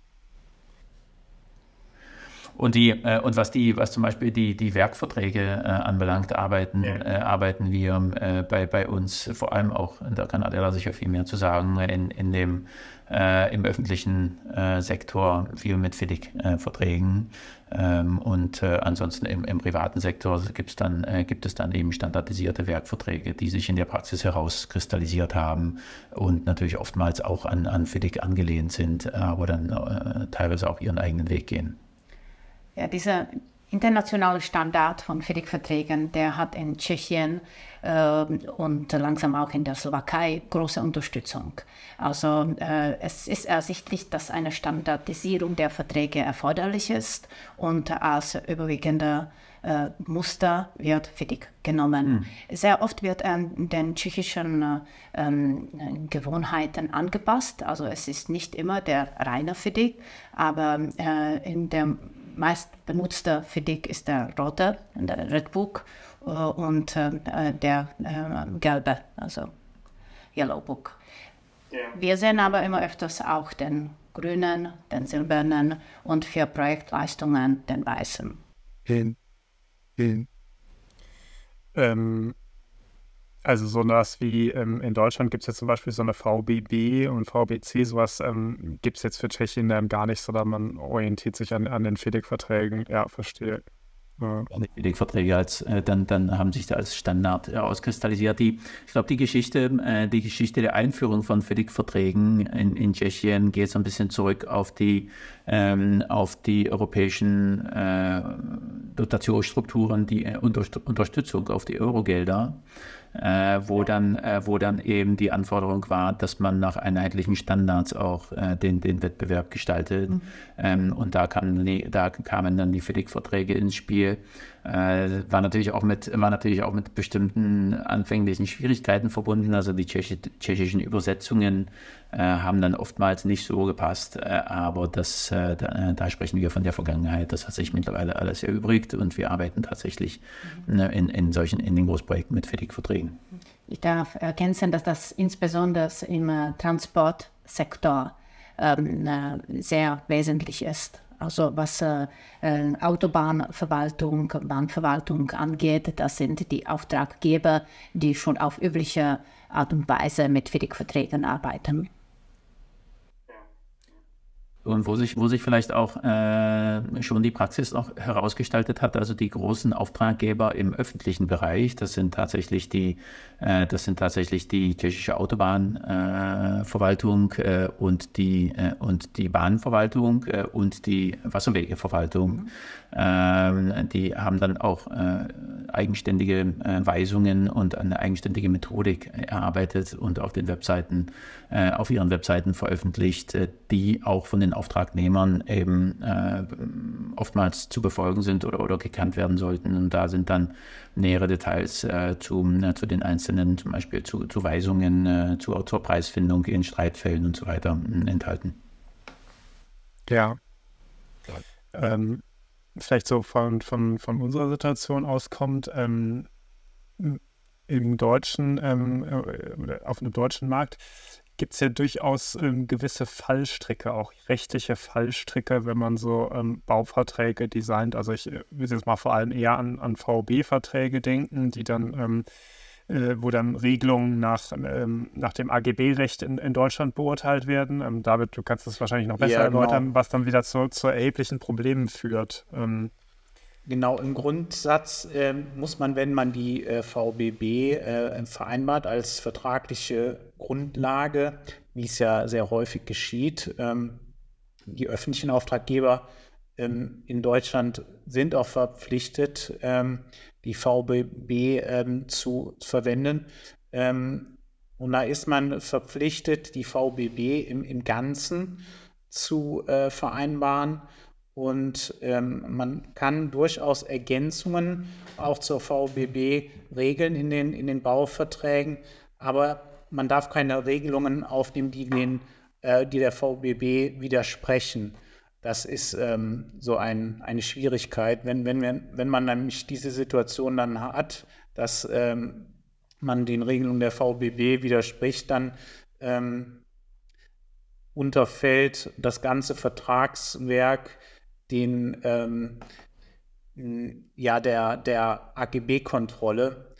Und, die, äh, und was, die, was zum Beispiel die, die Werkverträge äh, anbelangt, arbeiten, ja. äh, arbeiten wir äh, bei, bei uns vor allem auch, da kann Adela sicher viel mehr zu sagen, in, in dem, äh, im öffentlichen äh, Sektor viel mit F I D I-Verträgen. Ähm, und äh, ansonsten im, im privaten Sektor gibt's dann, äh, gibt es dann eben standardisierte Werkverträge, die sich in der Praxis herauskristallisiert haben und natürlich oftmals auch an, an F I D I angelehnt sind, aber dann äh, teilweise auch ihren eigenen Weg gehen. Ja, dieser internationale Standard von F I D I-Verträgen, der hat in Tschechien äh, und langsam auch in der Slowakei große Unterstützung. Also äh, es ist ersichtlich, dass eine Standardisierung der Verträge erforderlich ist und als überwiegende äh, Muster wird F I D I genommen. Mhm. Sehr oft wird an den tschechischen äh, ähm, Gewohnheiten angepasst. Also es ist nicht immer der reine F I D I, aber äh, in der meist benutzte F I D I ist der rote, der Red Book äh, und äh, der äh, gelbe, also Yellow Book. Yeah. Wir sehen aber immer öfters auch den grünen, den silbernen und für Projektleistungen den weißen. Hin. Hin. Ähm, also so was wie ähm, in Deutschland gibt es jetzt zum Beispiel so eine V B B und V B C, sowas ähm, gibt es jetzt für Tschechien ähm, gar nicht, sondern man orientiert sich an, an den F I D I-Verträgen. Ja, verstehe. Ja. Die F I D I-Verträge als, äh, dann, dann haben sich da als Standard herauskristallisiert. Die, ich glaube, die Geschichte, äh, die Geschichte der Einführung von F I D I-Verträgen in, in Tschechien geht so ein bisschen zurück auf die, ähm, auf die europäischen äh, Dotationsstrukturen, die äh, Unter Unterstützung auf die Eurogelder. äh, wo, dann, äh, wo dann eben die Anforderung war, dass man nach einheitlichen Standards auch äh, den, den Wettbewerb gestaltet. Mhm. Ähm, und da, kam die, da kamen dann die F I D I C-Verträge ins Spiel. Äh, war natürlich auch mit, war natürlich auch mit bestimmten anfänglichen Schwierigkeiten verbunden. Also die tschechi tschechischen Übersetzungen äh, haben dann oftmals nicht so gepasst. Äh, aber das, äh, da, da sprechen wir von der Vergangenheit. Das hat sich mittlerweile alles erübrigt und wir arbeiten tatsächlich mhm. äh, in, in solchen in den Großprojekten mit F I D I-Verträgen. Ich darf ergänzen, dass das insbesondere im äh, Transportsektor ähm, äh, sehr wesentlich ist. Also was äh, äh, Autobahnverwaltung, Bahnverwaltung angeht, das sind die Auftraggeber, die schon auf übliche Art und Weise mit F I D I-Verträgen arbeiten. Und wo sich, wo sich vielleicht auch äh, schon die Praxis auch herausgestaltet hat, also die großen Auftraggeber im öffentlichen Bereich, das sind tatsächlich die, äh, das sind tatsächlich die tschechische Autobahnverwaltung äh, äh, und die äh, und die Bahnverwaltung äh, und die Wasserwegeverwaltung. Mhm. Ähm, die haben dann auch äh, eigenständige äh, Weisungen und eine eigenständige Methodik erarbeitet und auf den Webseiten, äh, auf ihren Webseiten veröffentlicht, äh, die auch von den Auftragnehmern eben äh, oftmals zu befolgen sind oder, oder gekannt werden sollten. Und da sind dann nähere Details äh, zu, äh, zu den einzelnen, zum Beispiel zu, zu Weisungen, äh, zu, zur Preisfindung in Streitfällen und so weiter äh, enthalten. Ja. Ähm, vielleicht so von, von, von unserer Situation auskommt, ähm, im deutschen, ähm, oder auf dem deutschen Markt gibt es ja durchaus ähm, gewisse Fallstricke, auch rechtliche Fallstricke, wenn man so ähm, Bauverträge designt. Also ich äh, will jetzt mal vor allem eher an, an V O B-Verträge denken, die dann, ähm, äh, wo dann Regelungen nach, ähm, nach dem A G B-Recht in, in Deutschland beurteilt werden. Ähm, David, du kannst das wahrscheinlich noch besser ja, genau. erläutern, was dann wieder zu, zu erheblichen Problemen führt. Ähm, Genau, im Grundsatz äh, muss man, wenn man die äh, V O B B äh, vereinbart als vertragliche Grundlage, wie es ja sehr häufig geschieht, ähm, die öffentlichen Auftraggeber ähm, in Deutschland sind auch verpflichtet, ähm, die V O B B ähm, zu verwenden. Ähm, und da ist man verpflichtet, die V O B B im, im Ganzen zu äh, vereinbaren. Und ähm, man kann durchaus Ergänzungen auch zur V O B B regeln in den, in den Bauverträgen, aber man darf keine Regelungen aufnehmen, die, den, äh, die der V O B B widersprechen. Das ist ähm, so ein, eine Schwierigkeit, wenn, wenn, wir, wenn man nämlich diese Situation dann hat, dass ähm, man den Regelungen der V O B B widerspricht, dann ähm, unterfällt das ganze Vertragswerk den, ähm, ja, der, der A G B-Kontrolle,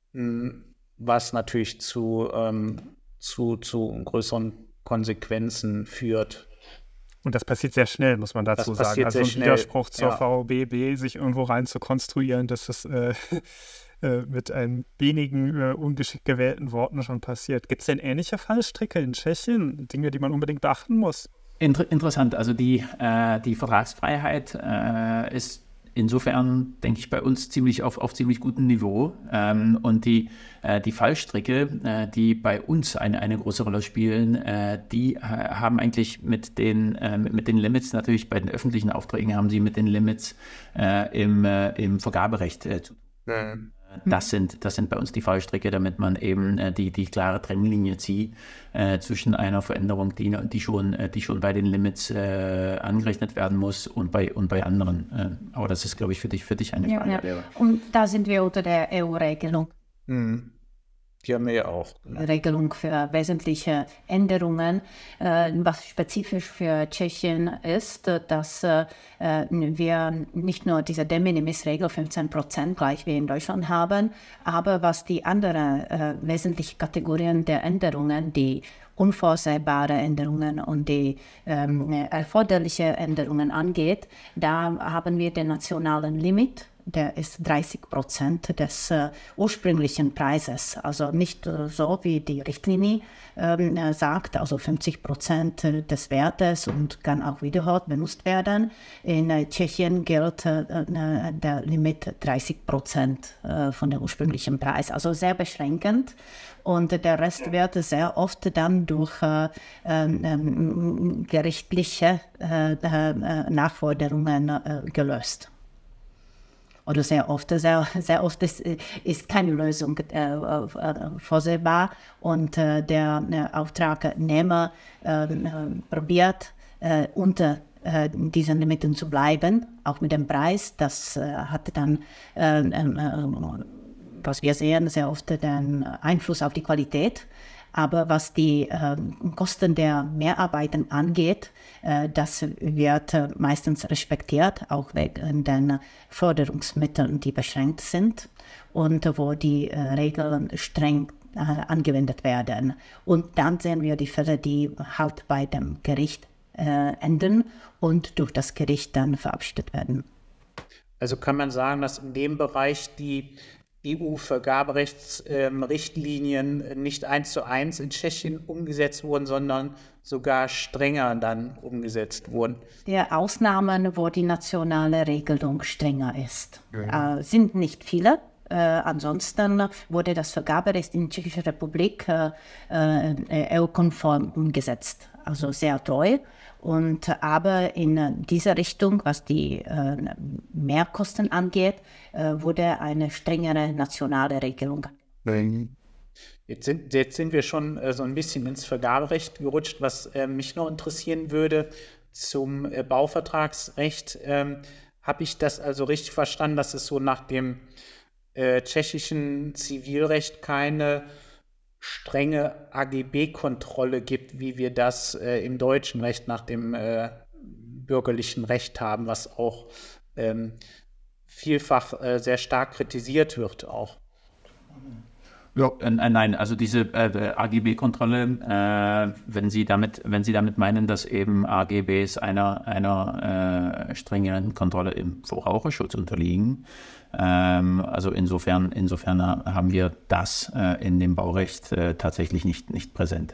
was natürlich zu, ähm, zu, zu größeren Konsequenzen führt. Und das passiert sehr schnell, muss man dazu das sagen. Also ein schnell. Widerspruch zur ja. V O B B, sich irgendwo rein zu konstruieren, dass das äh, äh, mit ein wenigen äh, ungeschickt gewählten Worten schon passiert. Gibt es denn ähnliche Fallstricke in Tschechien? Dinge, die man unbedingt beachten muss? Inter interessant, also die, äh, die Vertragsfreiheit äh, ist insofern, denke ich, bei uns ziemlich auf, auf ziemlich gutem Niveau. Ähm, und die, äh, die Fallstricke, äh, die bei uns eine, eine große Rolle spielen, äh, die äh, haben eigentlich mit den, äh, mit den Limits, natürlich bei den öffentlichen Aufträgen haben sie mit den Limits äh, im, äh, im Vergaberecht äh, zu tun. Mhm. Das sind, das sind bei uns die Fallstricke, damit man eben äh, die, die klare Trennlinie zieht äh, zwischen einer Veränderung, die, die, schon, äh, die schon bei den Limits äh, angerechnet werden muss und bei, und bei anderen. Äh, aber das ist, glaube ich, für dich, für dich eine ja, Frage. Ja. Und da sind wir unter der E U-Regelung. Mhm. Die haben wir ja auch. Regelung für wesentliche Änderungen. Äh, was spezifisch für Tschechien ist, dass äh, wir nicht nur diese De Minimis-Regel fünfzehn Prozent gleich wie in Deutschland haben, aber was die anderen äh, wesentlichen Kategorien der Änderungen, die unvorsehbare Änderungen und die ähm, erforderliche Änderungen angeht, da haben wir den nationalen Limit, der ist dreißig Prozent des äh, ursprünglichen Preises. Also nicht äh, so, wie die Richtlinie ähm, äh, sagt, also fünfzig Prozent des Wertes und kann auch wiederholt benutzt werden. In äh, Tschechien gilt äh, äh, der Limit dreißig Prozent äh, von dem ursprünglichen Preis. Also sehr beschränkend. Und der Rest wird sehr oft dann durch äh, äh, gerichtliche äh, äh, Nachforderungen äh, gelöst. Oder sehr oft, sehr, sehr oft ist, ist keine Lösung äh, äh, vorsehbar und äh, der äh, Auftragnehmer äh, probiert äh, unter äh, diesen Limiten zu bleiben, auch mit dem Preis. Das äh, hat dann äh, äh, was wir sehen, sehr oft den Einfluss auf die Qualität. Aber was die äh, Kosten der Mehrarbeiten angeht, äh, das wird äh, meistens respektiert, auch wegen den Förderungsmitteln, die beschränkt sind und äh, wo die äh, Regeln streng äh, angewendet werden. Und dann sehen wir die Fälle, die halt bei dem Gericht äh, enden und durch das Gericht dann verabschiedet werden. Also kann man sagen, dass in dem Bereich die E U-Vergaberechtsrichtlinien äh, nicht eins zu eins in Tschechien umgesetzt wurden, sondern sogar strenger dann umgesetzt wurden. Der Ausnahmen, wo die nationale Regelung strenger ist, ja. äh, sind nicht viele. Äh, ansonsten wurde das Vergaberecht in der Tschechischen Republik äh, äh, E U-konform umgesetzt, also sehr treu. Und, aber in dieser Richtung, was die äh, Mehrkosten angeht, äh, wurde eine strengere nationale Regelung. Jetzt sind, jetzt sind wir schon äh, so ein bisschen ins Vergaberecht gerutscht. Was äh, mich noch interessieren würde zum äh, Bauvertragsrecht, ähm, habe ich das also richtig verstanden, dass es so nach dem äh, tschechischen Zivilrecht keine strenge A G B-Kontrolle gibt, wie wir das äh, im deutschen Recht nach dem äh, bürgerlichen Recht haben, was auch ähm, vielfach äh, sehr stark kritisiert wird auch. Ja. Äh, nein, also diese äh, A G B-Kontrolle, äh, wenn Sie damit, wenn Sie damit meinen, dass eben A G Bs einer, einer äh, strengeren Kontrolle im Verbraucherschutz unterliegen, ähm, also insofern, insofern haben wir das äh, in dem Baurecht äh, tatsächlich nicht, nicht präsent.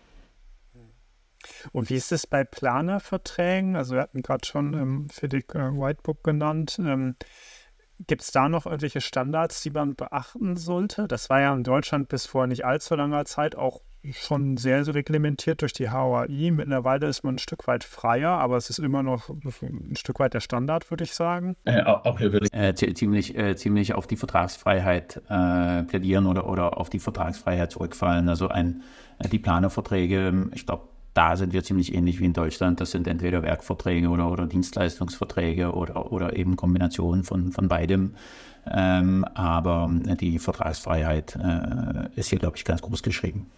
Und wie ist es bei Planerverträgen? Also wir hatten gerade schon ähm, für die äh, Whitebook genannt. Ähm, Gibt es da noch irgendwelche Standards, die man beachten sollte? Das war ja in Deutschland bis vor nicht allzu langer Zeit auch schon sehr, sehr reglementiert durch die H O A I. Mittlerweile ist man ein Stück weit freier, aber es ist immer noch ein Stück weit der Standard, würde ich sagen. Äh, auch hier würde ich äh, ziemlich, äh, ziemlich auf die Vertragsfreiheit äh, plädieren oder, oder auf die Vertragsfreiheit zurückfallen. Also ein, äh, die Planerverträge, ich glaube, da sind wir ziemlich ähnlich wie in Deutschland. Das sind entweder Werkverträge oder, oder Dienstleistungsverträge oder, oder eben Kombinationen von, von beidem. Ähm, aber die Vertragsfreiheit äh, ist hier, glaube ich, ganz groß geschrieben.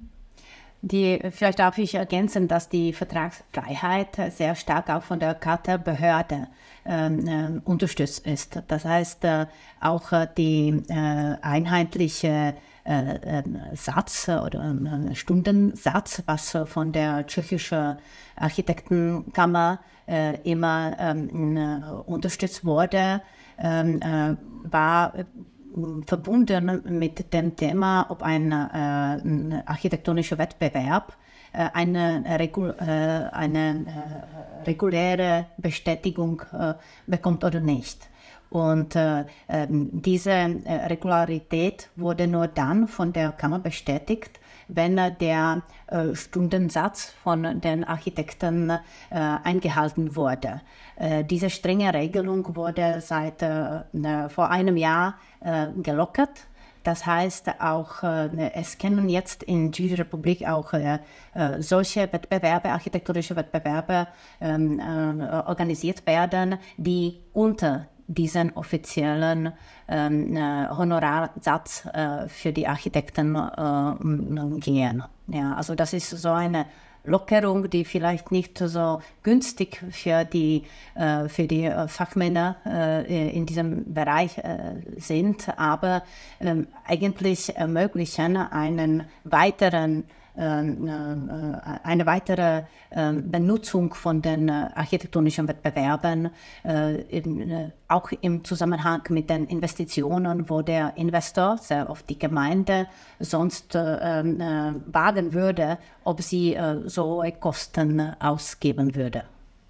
Die, vielleicht darf ich ergänzen, dass die Vertragsfreiheit sehr stark auch von der Charta-Behörde äh, unterstützt ist. Das heißt, äh, auch äh, die äh, einheitliche äh, Satz oder äh, Stundensatz, was äh, von der tschechischen Architektenkammer äh, immer äh, unterstützt wurde, äh, war verbunden mit dem Thema, ob ein, äh, ein architektonischer Wettbewerb äh, eine, Regu äh, eine äh, reguläre Bestätigung äh, bekommt oder nicht. Und äh, äh, diese äh, Regularität wurde nur dann von der Kammer bestätigt, wenn äh, der äh, Stundensatz von den Architekten äh, eingehalten wurde. Äh, diese strenge Regelung wurde seit äh, ne, vor einem Jahr äh, gelockert. Das heißt, auch äh, es können jetzt in der Republik auch äh, äh, solche Wettbewerbe, architektonische Wettbewerbe ähm, äh, organisiert werden, die unter diesen offiziellen ähm, äh, Honorarsatz äh, für die Architekten äh, gehen. Ja, also das ist so eine Lockerung, die vielleicht nicht so günstig für die, äh, für die äh, Fachmänner äh, in diesem Bereich äh, sind, aber äh, eigentlich ermöglichen einen weiteren eine weitere Benutzung von den architektonischen Wettbewerben, auch im Zusammenhang mit den Investitionen, wo der Investor, sehr oft die Gemeinde, sonst wagen würde, ob sie so hohe Kosten ausgeben würde.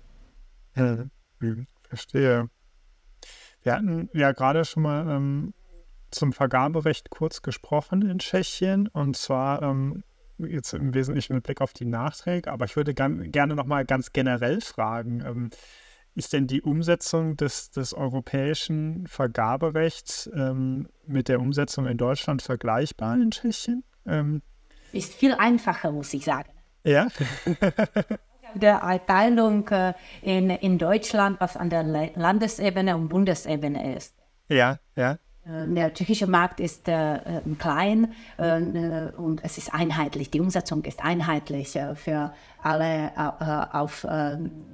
Hm, verstehe. Wir hatten ja gerade schon mal ähm, zum Vergaberecht kurz gesprochen in Tschechien, und zwar ähm, jetzt im Wesentlichen mit Blick auf die Nachträge, aber ich würde gern, gerne noch mal ganz generell fragen, ähm, ist denn die Umsetzung des, des europäischen Vergaberechts ähm, mit der Umsetzung in Deutschland vergleichbar in Tschechien? Ähm, Ist viel einfacher, muss ich sagen. ja. Der Erteilung in, in Deutschland, was an der Landesebene und Bundesebene ist. Ja, ja. Der tschechische Markt ist äh, klein äh, und es ist einheitlich. Die Umsetzung ist einheitlich äh, für alle äh, auf, äh,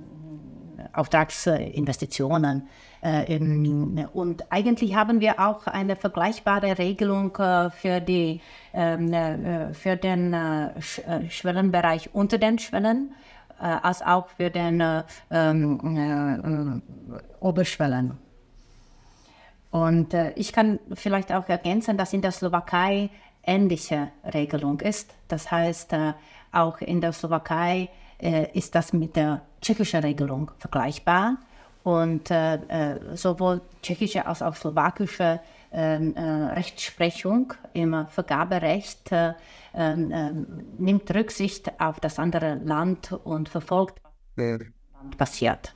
Auftragsinvestitionen. Äh, und eigentlich haben wir auch eine vergleichbare Regelung äh, für, die, äh, für den äh, Schwellenbereich unter den Schwellen, äh, als auch für den äh, äh, Oberschwellen. Und äh, ich kann vielleicht auch ergänzen, dass in der Slowakei ähnliche Regelung ist. Das heißt, äh, auch in der Slowakei äh, ist das mit der tschechischen Regelung vergleichbar. Und äh, äh, sowohl tschechische als auch slowakische äh, äh, Rechtsprechung im Vergaberecht äh, äh, nimmt Rücksicht auf das andere Land und verfolgt, was im Land passiert.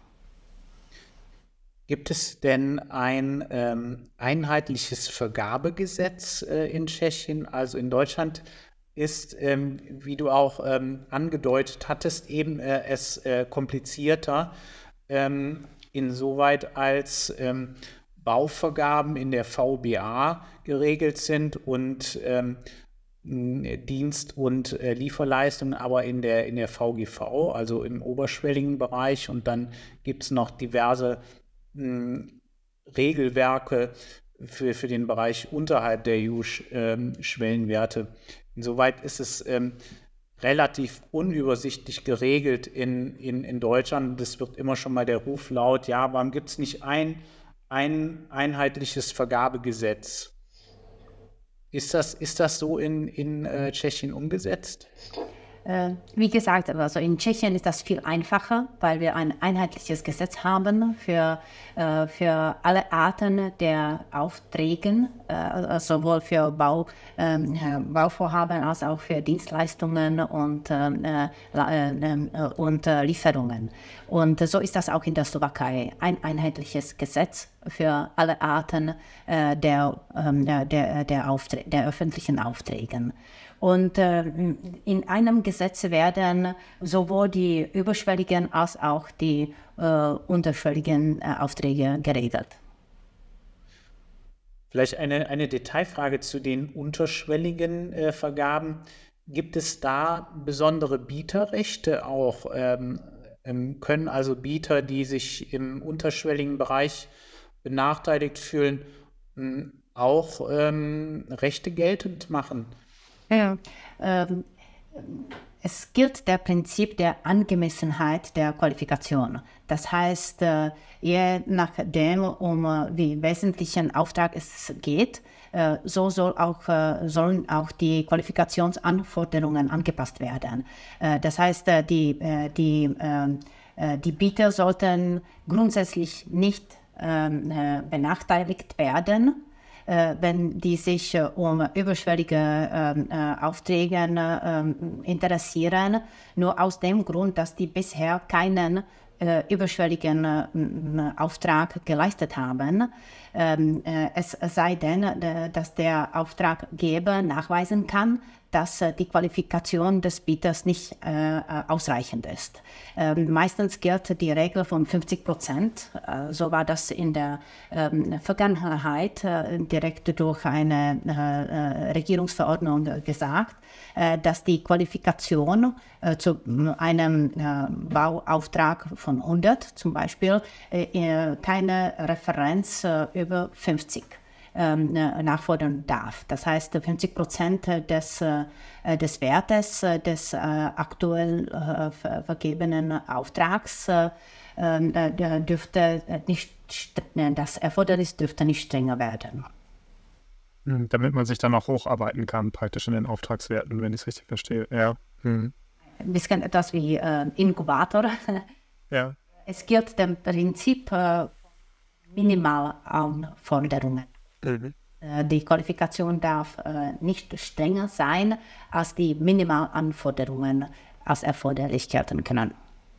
Gibt es denn ein ähm, einheitliches Vergabegesetz äh, in Tschechien? Also in Deutschland ist, ähm, wie du auch ähm, angedeutet hattest, eben äh, es äh, komplizierter, ähm, insoweit als ähm, Bauvergaben in der V B A geregelt sind und ähm, Dienst- und äh, Lieferleistungen aber in der, in der V G V, also im oberschwelligen Bereich. Und dann gibt es noch diverse Regelwerke für, für den Bereich unterhalb der E U-Schwellenwerte. Insoweit ist es ähm, relativ unübersichtlich geregelt in, in, in Deutschland. Es wird immer schon mal der Ruf laut, ja, warum gibt es nicht ein, ein einheitliches Vergabegesetz? Ist das, ist das so in, in äh, Tschechien umgesetzt? Wie gesagt, also in Tschechien ist das viel einfacher, weil wir ein einheitliches Gesetz haben für, äh, für alle Arten der Aufträge, äh, sowohl für Bau, äh, Bauvorhaben als auch für Dienstleistungen und, äh, äh, und äh, Lieferungen. Und so ist das auch in der Slowakei, ein einheitliches Gesetz für alle Arten äh, der, äh, der, der, Aufträ- der öffentlichen Aufträge. Und äh, in einem Gesetz werden sowohl die überschwelligen als auch die äh, unterschwelligen äh, Aufträge geregelt. Vielleicht eine, eine Detailfrage zu den unterschwelligen äh, Vergaben. Gibt es da besondere Bieterrechte auch? Ähm, ähm, können also Bieter, die sich im unterschwelligen Bereich benachteiligt fühlen, mh, auch ähm, Rechte geltend machen? Ja, ähm, es gilt der Prinzip der Angemessenheit der Qualifikation. Das heißt, äh, je nachdem, um äh, wie wesentlichen Auftrag es geht, äh, so soll auch, äh, sollen auch die Qualifikationsanforderungen angepasst werden. Äh, das heißt, äh, die, äh, die, äh, die Bieter sollten grundsätzlich nicht äh, benachteiligt werden, wenn die sich äh, um überschwellige äh, Aufträge äh, interessieren, nur aus dem Grund, dass die bisher keinen äh, überschwelligen äh, Auftrag geleistet haben. Ähm, äh, es sei denn, äh, dass der Auftraggeber nachweisen kann, dass äh, die Qualifikation des Bieters nicht äh, ausreichend ist. Ähm, meistens gilt die Regel von fünfzig Prozent. Äh, so war das in der ähm, Vergangenheit äh, direkt durch eine äh, Regierungsverordnung gesagt, äh, dass die Qualifikation äh, zu einem äh, Bauauftrag von hundert zum Beispiel äh, keine Referenz äh, über fünfzig ähm, nachfordern darf. Das heißt, fünfzig Prozent des, äh, des Wertes äh, des äh, aktuell äh, ver vergebenen Auftrags äh, äh, dürfte nicht, das Erfordernis dürfte nicht strenger werden. Damit man sich dann auch hocharbeiten kann, praktisch in den Auftragswerten, wenn ich es richtig verstehe. Ja. Hm. Ein bisschen etwas wie äh, Inkubator. Ja. Es gilt dem Prinzip äh, Minimalanforderungen. Mhm. Äh, die Qualifikation darf äh, nicht strenger sein, als die Minimalanforderungen als erforderlich gelten können.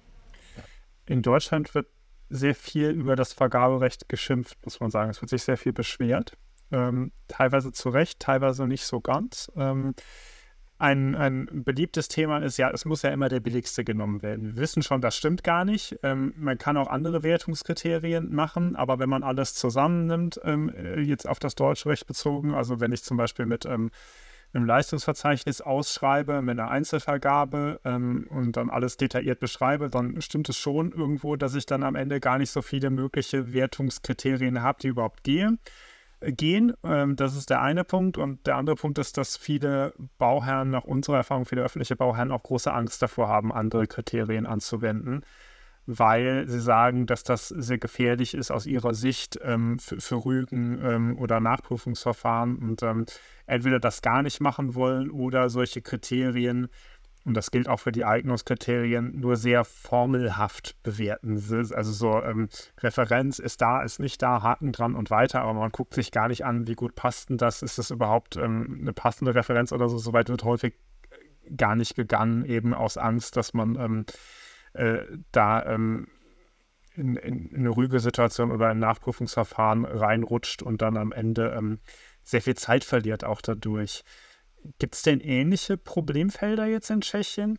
In Deutschland wird sehr viel über das Vergaberecht geschimpft, muss man sagen. Es wird sich sehr viel beschwert. Ähm, teilweise zu Recht, teilweise nicht so ganz. Ähm, ein, ein beliebtes Thema ist ja, es muss ja immer der billigste genommen werden. Wir wissen schon, das stimmt gar nicht. Ähm, man kann auch andere Wertungskriterien machen, aber wenn man alles zusammennimmt, ähm, jetzt auf das deutsche Recht bezogen, also wenn ich zum Beispiel mit ähm, einem Leistungsverzeichnis ausschreibe, mit einer Einzelvergabe ähm, und dann alles detailliert beschreibe, dann stimmt es schon irgendwo, dass ich dann am Ende gar nicht so viele mögliche Wertungskriterien habe, die überhaupt gehen. gehen. Ähm, das ist der eine Punkt. Und der andere Punkt ist, dass viele Bauherren, nach unserer Erfahrung, viele öffentliche Bauherren auch große Angst davor haben, andere Kriterien anzuwenden, weil sie sagen, dass das sehr gefährlich ist aus ihrer Sicht ähm, für, für Rügen ähm, oder Nachprüfungsverfahren und ähm, entweder das gar nicht machen wollen oder solche Kriterien, und das gilt auch für die Eignungskriterien, nur sehr formelhaft bewerten. Also so ähm, Referenz ist da, ist nicht da, Haken dran und weiter, aber man guckt sich gar nicht an, wie gut passt denn das, ist das überhaupt ähm, eine passende Referenz oder so. Soweit wird häufig gar nicht gegangen, eben aus Angst, dass man ähm, äh, da ähm, in, in eine Rügesituation oder ein Nachprüfungsverfahren reinrutscht und dann am Ende ähm, sehr viel Zeit verliert auch dadurch. Gibt es denn ähnliche Problemfelder jetzt in Tschechien?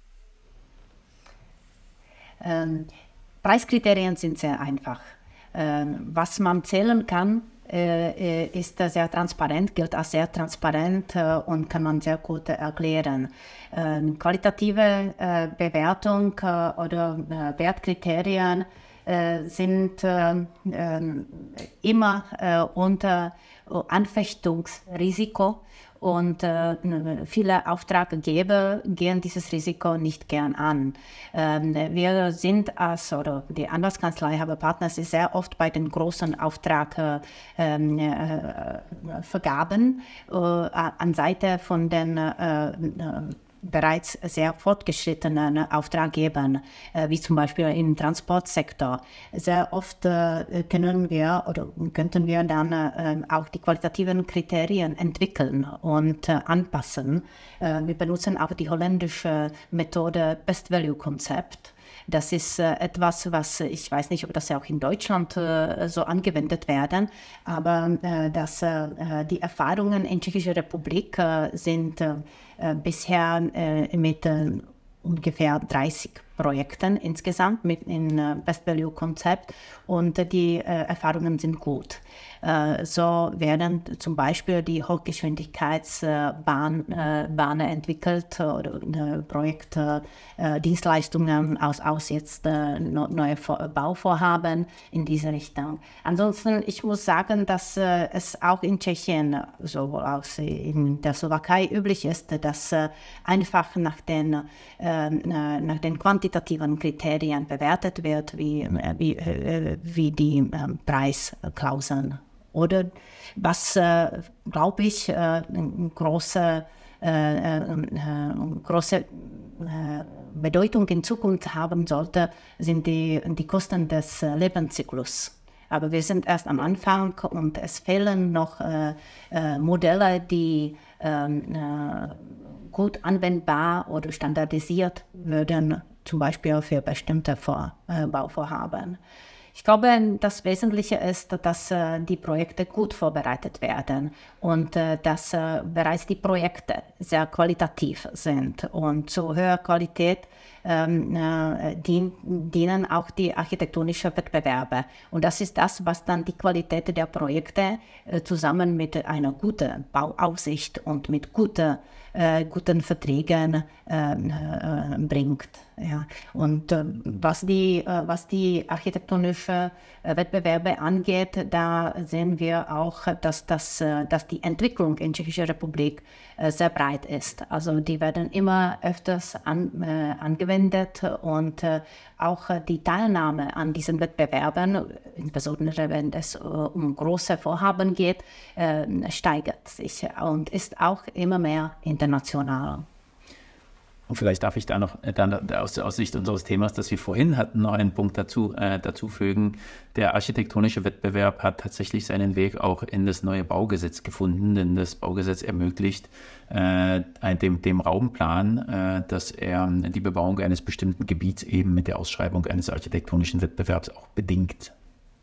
Ähm, Preiskriterien sind sehr einfach. Ähm, was man zählen kann, äh, ist sehr transparent, gilt als sehr transparent äh, und kann man sehr gut äh, erklären. Ähm, qualitative äh, Bewertung äh, oder äh, Wertkriterien äh, sind äh, äh, immer äh, unter Anfechtungsrisiko. Und äh, viele Auftraggeber gehen dieses Risiko nicht gern an. Ähm, wir sind als, oder die Anwaltskanzlei Haber Partners ist sehr oft bei den großen Auftragvergaben äh, äh, an Seite von den äh, bereits sehr fortgeschrittenen Auftraggebern, äh, wie zum Beispiel im Transportsektor. Sehr oft äh, können wir oder könnten wir dann äh, auch die qualitativen Kriterien entwickeln und äh, anpassen. Äh, wir benutzen auch die holländische Methode Best Value Konzept. Das ist äh, etwas, was ich weiß nicht, ob das ja auch in Deutschland äh, so angewendet werden, aber äh, dass äh, die Erfahrungen in Tschechischer Republik äh, sind äh, bisher äh, mit äh, ungefähr dreißig Projekten insgesamt mit in äh, Best Value Konzept und äh, die äh, Erfahrungen sind gut. Äh, so werden zum Beispiel die Hochgeschwindigkeitsbahnen äh, Bahnen entwickelt oder äh, Projekte, äh, Dienstleistungen aus, aus jetzt äh, neue Vor Bauvorhaben in diese Richtung. Ansonsten, ich muss sagen, dass äh, es auch in Tschechien, sowohl auch in der Slowakei üblich ist, dass äh, einfach nach den, äh, nach den quantitativen Kriterien bewertet wird, wie, wie, äh, wie die äh, Preisklauseln. Oder was, äh, glaube ich, äh, eine große, äh, äh, große äh, Bedeutung in Zukunft haben sollte, sind die, die Kosten des äh, Lebenszyklus. Aber wir sind erst am Anfang und es fehlen noch äh, äh, Modelle, die äh, gut anwendbar oder standardisiert würden, zum Beispiel für bestimmte Vor äh, Bauvorhaben. Ich glaube, das Wesentliche ist, dass äh, die Projekte gut vorbereitet werden und äh, dass äh, bereits die Projekte sehr qualitativ sind. Und zu höherer Qualität ähm, äh, dien, dienen auch die architektonischen Wettbewerbe. Und das ist das, was dann die Qualität der Projekte äh, zusammen mit einer guten Bauaufsicht und mit guten, äh, guten Verträgen äh, äh, bringt. Ja. Und äh, was, die, äh, was die architektonischen äh, Wettbewerbe angeht, da sehen wir auch, dass, das, äh, dass die Entwicklung in der Tschechischen Republik äh, sehr breit ist. Also die werden immer öfters an, äh, angewendet und äh, auch äh, die Teilnahme an diesen Wettbewerben, insbesondere wenn es äh, um große Vorhaben geht, äh, steigert sich und ist auch immer mehr international. Und vielleicht darf ich da noch äh, dann aus, aus Sicht unseres Themas, das wir vorhin hatten, noch einen Punkt dazu, äh, dazu fügen. Der architektonische Wettbewerb hat tatsächlich seinen Weg auch in das neue Baugesetz gefunden, denn das Baugesetz ermöglicht äh, dem, dem Raumplan, äh, dass er die Bebauung eines bestimmten Gebiets eben mit der Ausschreibung eines architektonischen Wettbewerbs auch bedingt.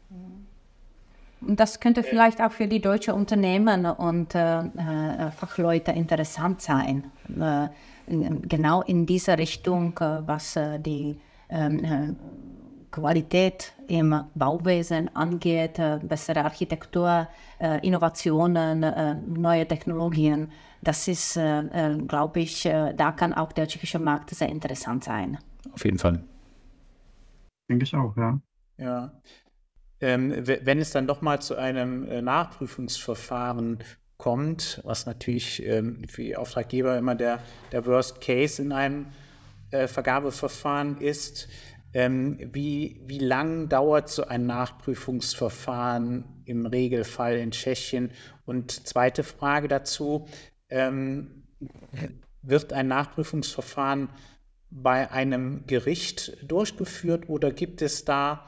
Das könnte vielleicht auch für die deutschen Unternehmen und äh, äh, Fachleute interessant sein. Äh, genau in diese Richtung, äh, was äh, die äh, Qualität im Bauwesen angeht, äh, bessere Architektur, äh, Innovationen, äh, neue Technologien. Das ist, äh, äh, glaube ich, äh, da kann auch der tschechische Markt sehr interessant sein. Auf jeden Fall. Denke ich auch, ja. Ja. Ähm, wenn es dann doch mal zu einem äh, Nachprüfungsverfahren kommt, was natürlich ähm, für die Auftraggeber immer der, der Worst Case in einem äh, Vergabeverfahren ist, ähm, wie, wie lang dauert so ein Nachprüfungsverfahren im Regelfall in Tschechien? Und zweite Frage dazu, ähm, wird ein Nachprüfungsverfahren bei einem Gericht durchgeführt oder gibt es da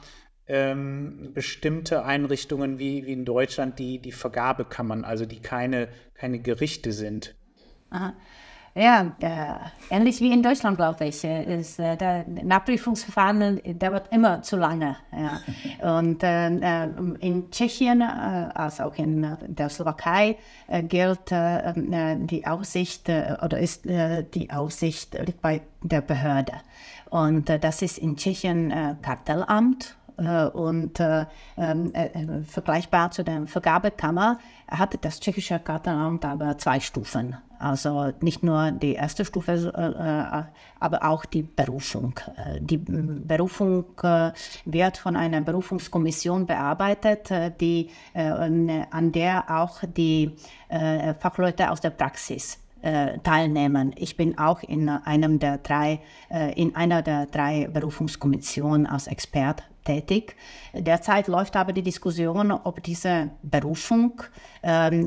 Ähm, bestimmte Einrichtungen wie, wie in Deutschland, die, die Vergabekammern, also die keine, keine Gerichte sind? Aha. Ja, äh, ähnlich wie in Deutschland, glaube ich, ist äh, der Nachprüfungsverfahren dauert immer zu lange. Ja. Und äh, in Tschechien, äh, als auch in der Slowakei, äh, gilt äh, die Aufsicht äh, oder ist äh, die Aufsicht liegt bei der Behörde. Und äh, das ist in Tschechien äh, Kartellamt. Und äh, äh, vergleichbar zu der Vergabekammer hat das tschechische Kartellamt aber zwei Stufen. Also nicht nur die erste Stufe, äh, aber auch die Berufung. Die Berufung äh, wird von einer Berufungskommission bearbeitet, die, äh, an der auch die äh, Fachleute aus der Praxis teilnehmen. Ich bin auch in einem der drei, in einer der drei Berufungskommissionen als Expert tätig. Derzeit läuft aber die Diskussion, ob diese Berufung ähm,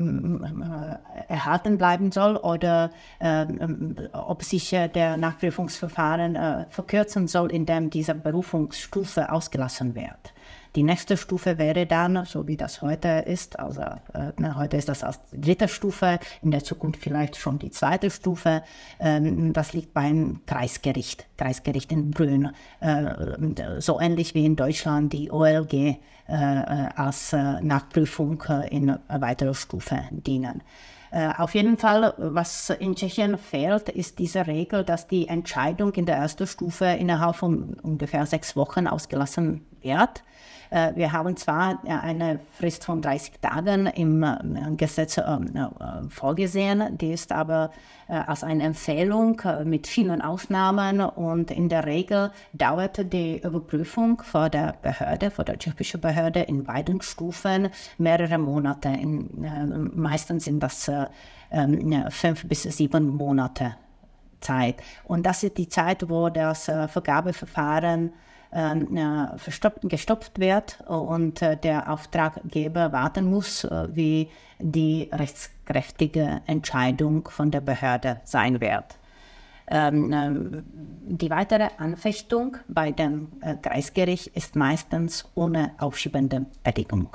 äh, erhalten bleiben soll oder äh, ob sich äh, der Nachprüfungsverfahren äh, verkürzen soll, indem diese Berufungsstufe ausgelassen wird. Die nächste Stufe wäre dann, so wie das heute ist, also äh, heute ist das als dritte Stufe, in der Zukunft vielleicht schon die zweite Stufe. Ähm, das liegt beim Kreisgericht, Kreisgericht in Brünn. Äh, so ähnlich wie in Deutschland die O L G äh, als äh, Nachprüfung äh, in weiterer Stufe dienen. Uh, auf jeden Fall, was in Tschechien fehlt, ist diese Regel, dass die Entscheidung in der ersten Stufe innerhalb von ungefähr sechs Wochen ausgelassen wird. Uh, wir haben zwar eine Frist von dreißig Tagen im uh, Gesetz uh, uh, vorgesehen, die ist aber uh, als eine Empfehlung uh, mit vielen Ausnahmen und in der Regel dauert die Überprüfung vor der Behörde, vor der tschechischen Behörde in beiden Stufen mehrere Monate. In, uh, meistens sind das uh, um, fünf bis sieben Monate Zeit. Und das ist die Zeit, wo das uh, Vergabeverfahren Äh, verstopft, gestopft wird und äh, der Auftraggeber warten muss, äh, wie die rechtskräftige Entscheidung von der Behörde sein wird. Ähm, äh, die weitere Anfechtung bei dem äh, Kreisgericht ist meistens ohne aufschiebende Bedingung.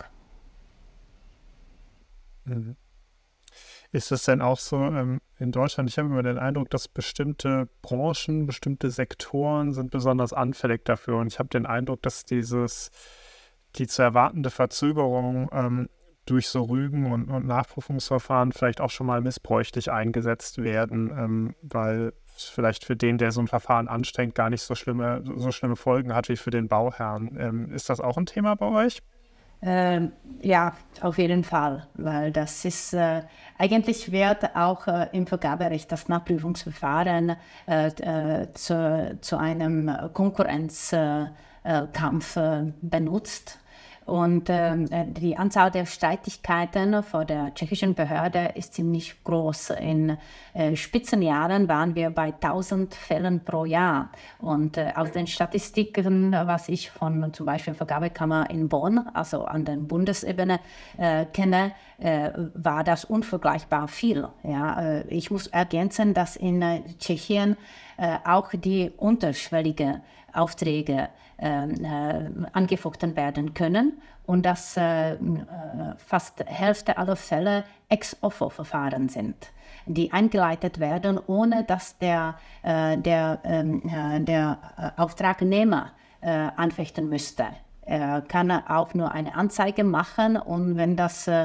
Mhm. Ist es denn auch so ähm, in Deutschland, ich habe immer den Eindruck, dass bestimmte Branchen, bestimmte Sektoren sind besonders anfällig dafür und ich habe den Eindruck, dass dieses, die zu erwartende Verzögerung ähm, durch so Rügen und, und Nachprüfungsverfahren vielleicht auch schon mal missbräuchlich eingesetzt werden, ähm, weil vielleicht für den, der so ein Verfahren anstrengt, gar nicht so schlimme, so schlimme Folgen hat wie für den Bauherrn. Ähm, ist das auch ein Thema bei euch? Ähm, ja, auf jeden Fall, weil das ist, äh, eigentlich wird auch äh, im Vergaberecht das Nachprüfungsverfahren äh, äh, zu, zu einem Konkurrenzkampf äh, Kampf, äh, benutzt. Und äh, die Anzahl der Streitigkeiten vor der tschechischen Behörde ist ziemlich groß. In äh, Spitzenjahren waren wir bei tausend Fällen pro Jahr. Und äh, aus den Statistiken, was ich von zum Beispiel Vergabekammer in Bonn, also an der Bundesebene, äh, kenne, äh, war das unvergleichbar viel. Ja, äh, ich muss ergänzen, dass in äh, Tschechien äh, auch die unterschwellige Aufträge äh, angefochten werden können und dass äh, fast Hälfte aller Fälle Ex-Ofo-Verfahren sind, die eingeleitet werden, ohne dass der, äh, der, äh, der Auftragnehmer äh, anfechten müsste. Er kann auch nur eine Anzeige machen und wenn das äh,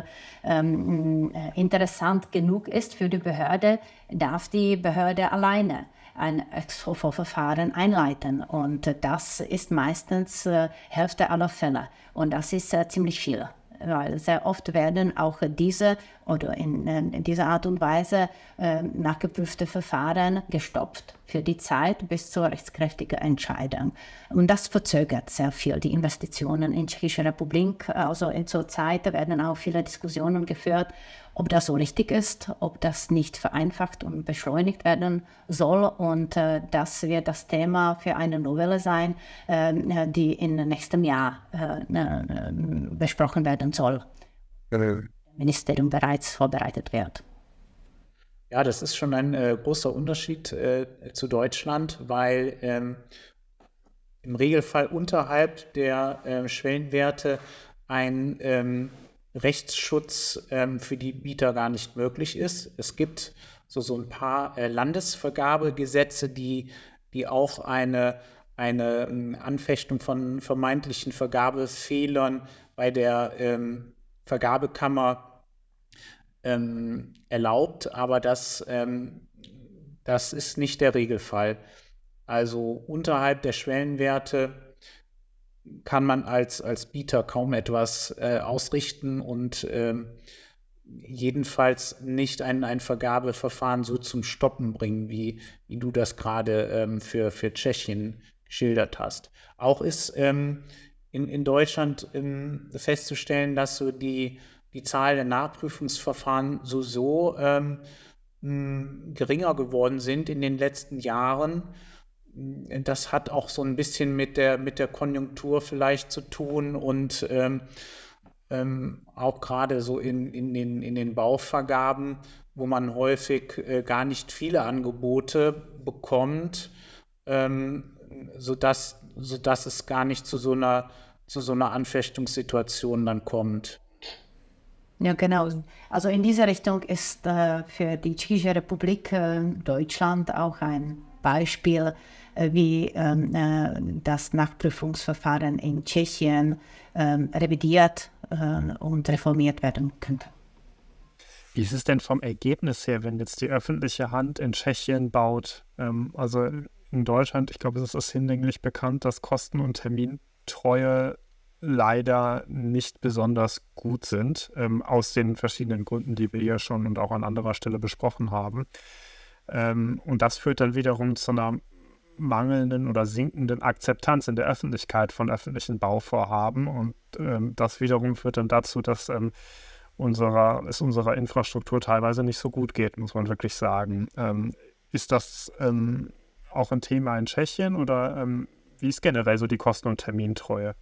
äh, interessant genug ist für die Behörde, darf die Behörde alleine ein Ex-Ofo-Verfahren einleiten. Und das ist meistens äh, Hälfte aller Fälle. Und das ist äh, ziemlich viel. Weil sehr oft werden auch diese oder in, in dieser Art und Weise äh, nachgeprüfte Verfahren gestoppt für die Zeit bis zur rechtskräftigen Entscheidung. Und das verzögert sehr viel die Investitionen in die Tschechische Republik. Also zur Zeit werden auch viele Diskussionen geführt, ob das so richtig ist, ob das nicht vereinfacht und beschleunigt werden soll. Und äh, das wird das Thema für eine Novelle sein, äh, die im nächsten Jahr äh, besprochen werden soll. Genau. Im Ministerium bereits vorbereitet wird. Ja, das ist schon ein äh, großer Unterschied äh, zu Deutschland, weil ähm, im Regelfall unterhalb der äh, Schwellenwerte ein ähm, Rechtsschutz ähm, für die Bieter gar nicht möglich ist. Es gibt so, so ein paar äh, Landesvergabegesetze, die, die auch eine, eine ähm, Anfechtung von vermeintlichen Vergabefehlern bei der ähm, Vergabekammer ähm, erlaubt, aber das, ähm, das ist nicht der Regelfall. Also unterhalb der Schwellenwerte kann man als, als Bieter kaum etwas äh, ausrichten und ähm, jedenfalls nicht ein, ein Vergabeverfahren so zum Stoppen bringen, wie, wie du das gerade ähm, für, für Tschechien geschildert hast. Auch ist ähm, in, in Deutschland ähm, festzustellen, dass so die, die Zahl der Nachprüfungsverfahren so, so ähm, mh, geringer geworden sind in den letzten Jahren. Das hat auch so ein bisschen mit der, mit der Konjunktur vielleicht zu tun und ähm, ähm, auch gerade so in, in, den, in den Bauvergaben, wo man häufig äh, gar nicht viele Angebote bekommt, ähm, sodass, sodass es gar nicht zu so einer, zu so einer Anfechtungssituation dann kommt. Ja, genau. Also in dieser Richtung ist äh, für die Tschechische Republik äh, Deutschland auch ein Beispiel, äh, wie ähm, äh, das Nachprüfungsverfahren in Tschechien äh, revidiert äh, und reformiert werden könnte. Wie ist es denn vom Ergebnis her, wenn jetzt die öffentliche Hand in Tschechien baut? Ähm, also in Deutschland, ich glaube, es ist hinlänglich bekannt, dass Kosten- und Termintreue leider nicht besonders gut sind, ähm, aus den verschiedenen Gründen, die wir hier schon und auch an anderer Stelle besprochen haben. Ähm, und das führt dann wiederum zu einer mangelnden oder sinkenden Akzeptanz in der Öffentlichkeit von öffentlichen Bauvorhaben. Und ähm, das wiederum führt dann dazu, dass ähm, unserer, es unserer Infrastruktur teilweise nicht so gut geht, muss man wirklich sagen. Ähm, ist das ähm, auch ein Thema in Tschechien oder ähm, wie ist generell so die Kosten- und Termintreue?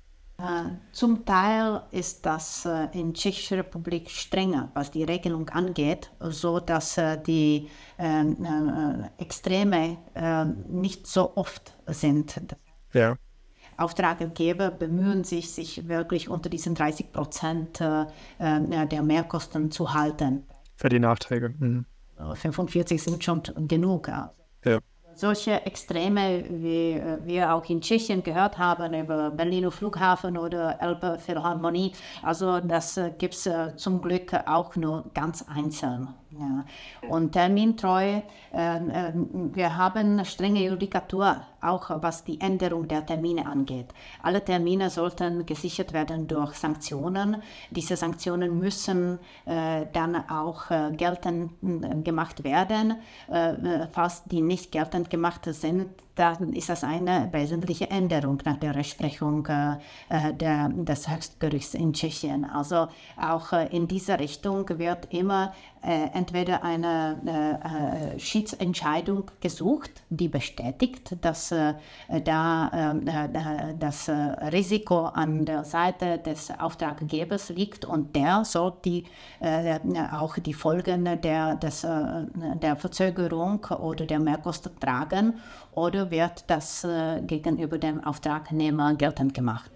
Zum Teil ist das äh, in Tschechischer Republik strenger, was die Regelung angeht, so dass äh, die äh, äh, Extreme äh, nicht so oft sind. Ja. Auftraggeber bemühen sich, sich wirklich unter diesen dreißig Prozent äh, äh, der Mehrkosten zu halten. Für die Nachträge. Mhm. fünfundvierzig sind schon genug. Ja. Ja. Solche Extreme, wie wir auch in Tschechien gehört haben, über Berliner Flughafen oder Elbe Philharmonie, also das gibt es zum Glück auch nur ganz einzeln. Ja. Und Termintreue, äh, äh, wir haben strenge Judikatur, auch was die Änderung der Termine angeht. Alle Termine sollten gesichert werden durch Sanktionen. Diese Sanktionen müssen äh, dann auch äh, geltend äh, gemacht werden. Äh, falls die nicht geltend gemacht sind, dann ist das eine wesentliche Änderung nach der Rechtsprechung äh, der, des Höchstgerichts in Tschechien. Also auch äh, in dieser Richtung wird immer äh, entweder eine äh, Schiedsentscheidung gesucht, die bestätigt, dass äh, da äh, das äh, Risiko an der Seite des Auftraggebers liegt und der soll die, äh, auch die Folgen der, des, äh, der Verzögerung oder der Mehrkosten tragen, oder wird das äh, gegenüber dem Auftragnehmer geltend gemacht?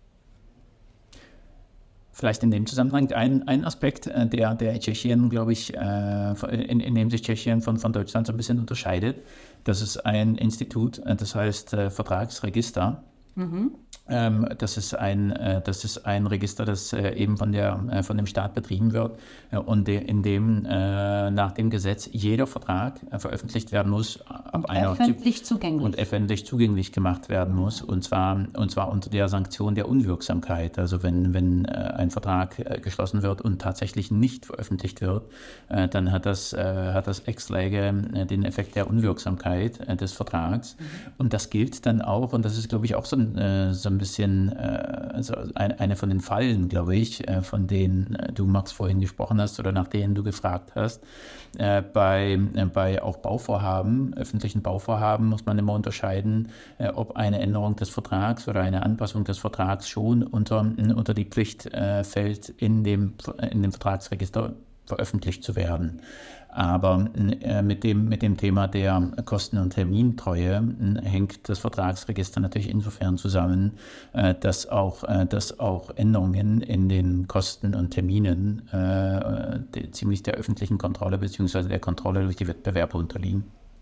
Vielleicht in dem Zusammenhang ein, ein Aspekt, äh, der, der Tschechien, glaube ich, äh, in, in dem sich Tschechien von, von Deutschland so ein bisschen unterscheidet. Das ist ein Institut, äh, das heißt äh, Vertragsregister. Mhm. Ähm, das ist ein, äh, das ist ein Register, das äh, eben von, der, äh, von dem Staat betrieben wird äh, und de, in dem äh, nach dem Gesetz jeder Vertrag äh, veröffentlicht werden muss. Ab und einer öffentlich zugänglich. Und öffentlich zugänglich gemacht werden muss, und zwar, und zwar unter der Sanktion der Unwirksamkeit. Also wenn, wenn äh, ein Vertrag äh, geschlossen wird und tatsächlich nicht veröffentlicht wird, äh, dann hat das, äh, hat das ex lege äh, den Effekt der Unwirksamkeit äh, des Vertrags. Mhm. Und das gilt dann auch, und das ist, glaube ich, auch so ein, äh, so ein bisschen äh, also ein, eine von den Fallen, glaube ich, äh, von denen äh, du, Max, vorhin gesprochen hast oder nach denen du gefragt hast. Äh, bei, äh, bei auch Bauvorhaben, öffentlichen Bauvorhaben, muss man immer unterscheiden, äh, ob eine Änderung des Vertrags oder eine Anpassung des Vertrags schon unter, unter die Pflicht äh, fällt, in dem, in dem Vertragsregister veröffentlicht zu werden. Aber äh, mit, dem, mit dem Thema der Kosten- und Termintreue äh, hängt das Vertragsregister natürlich insofern zusammen, äh, dass, auch, äh, dass auch Änderungen in den Kosten und Terminen äh, die, ziemlich der öffentlichen Kontrolle bzw. der Kontrolle durch die Wettbewerber unterliegen.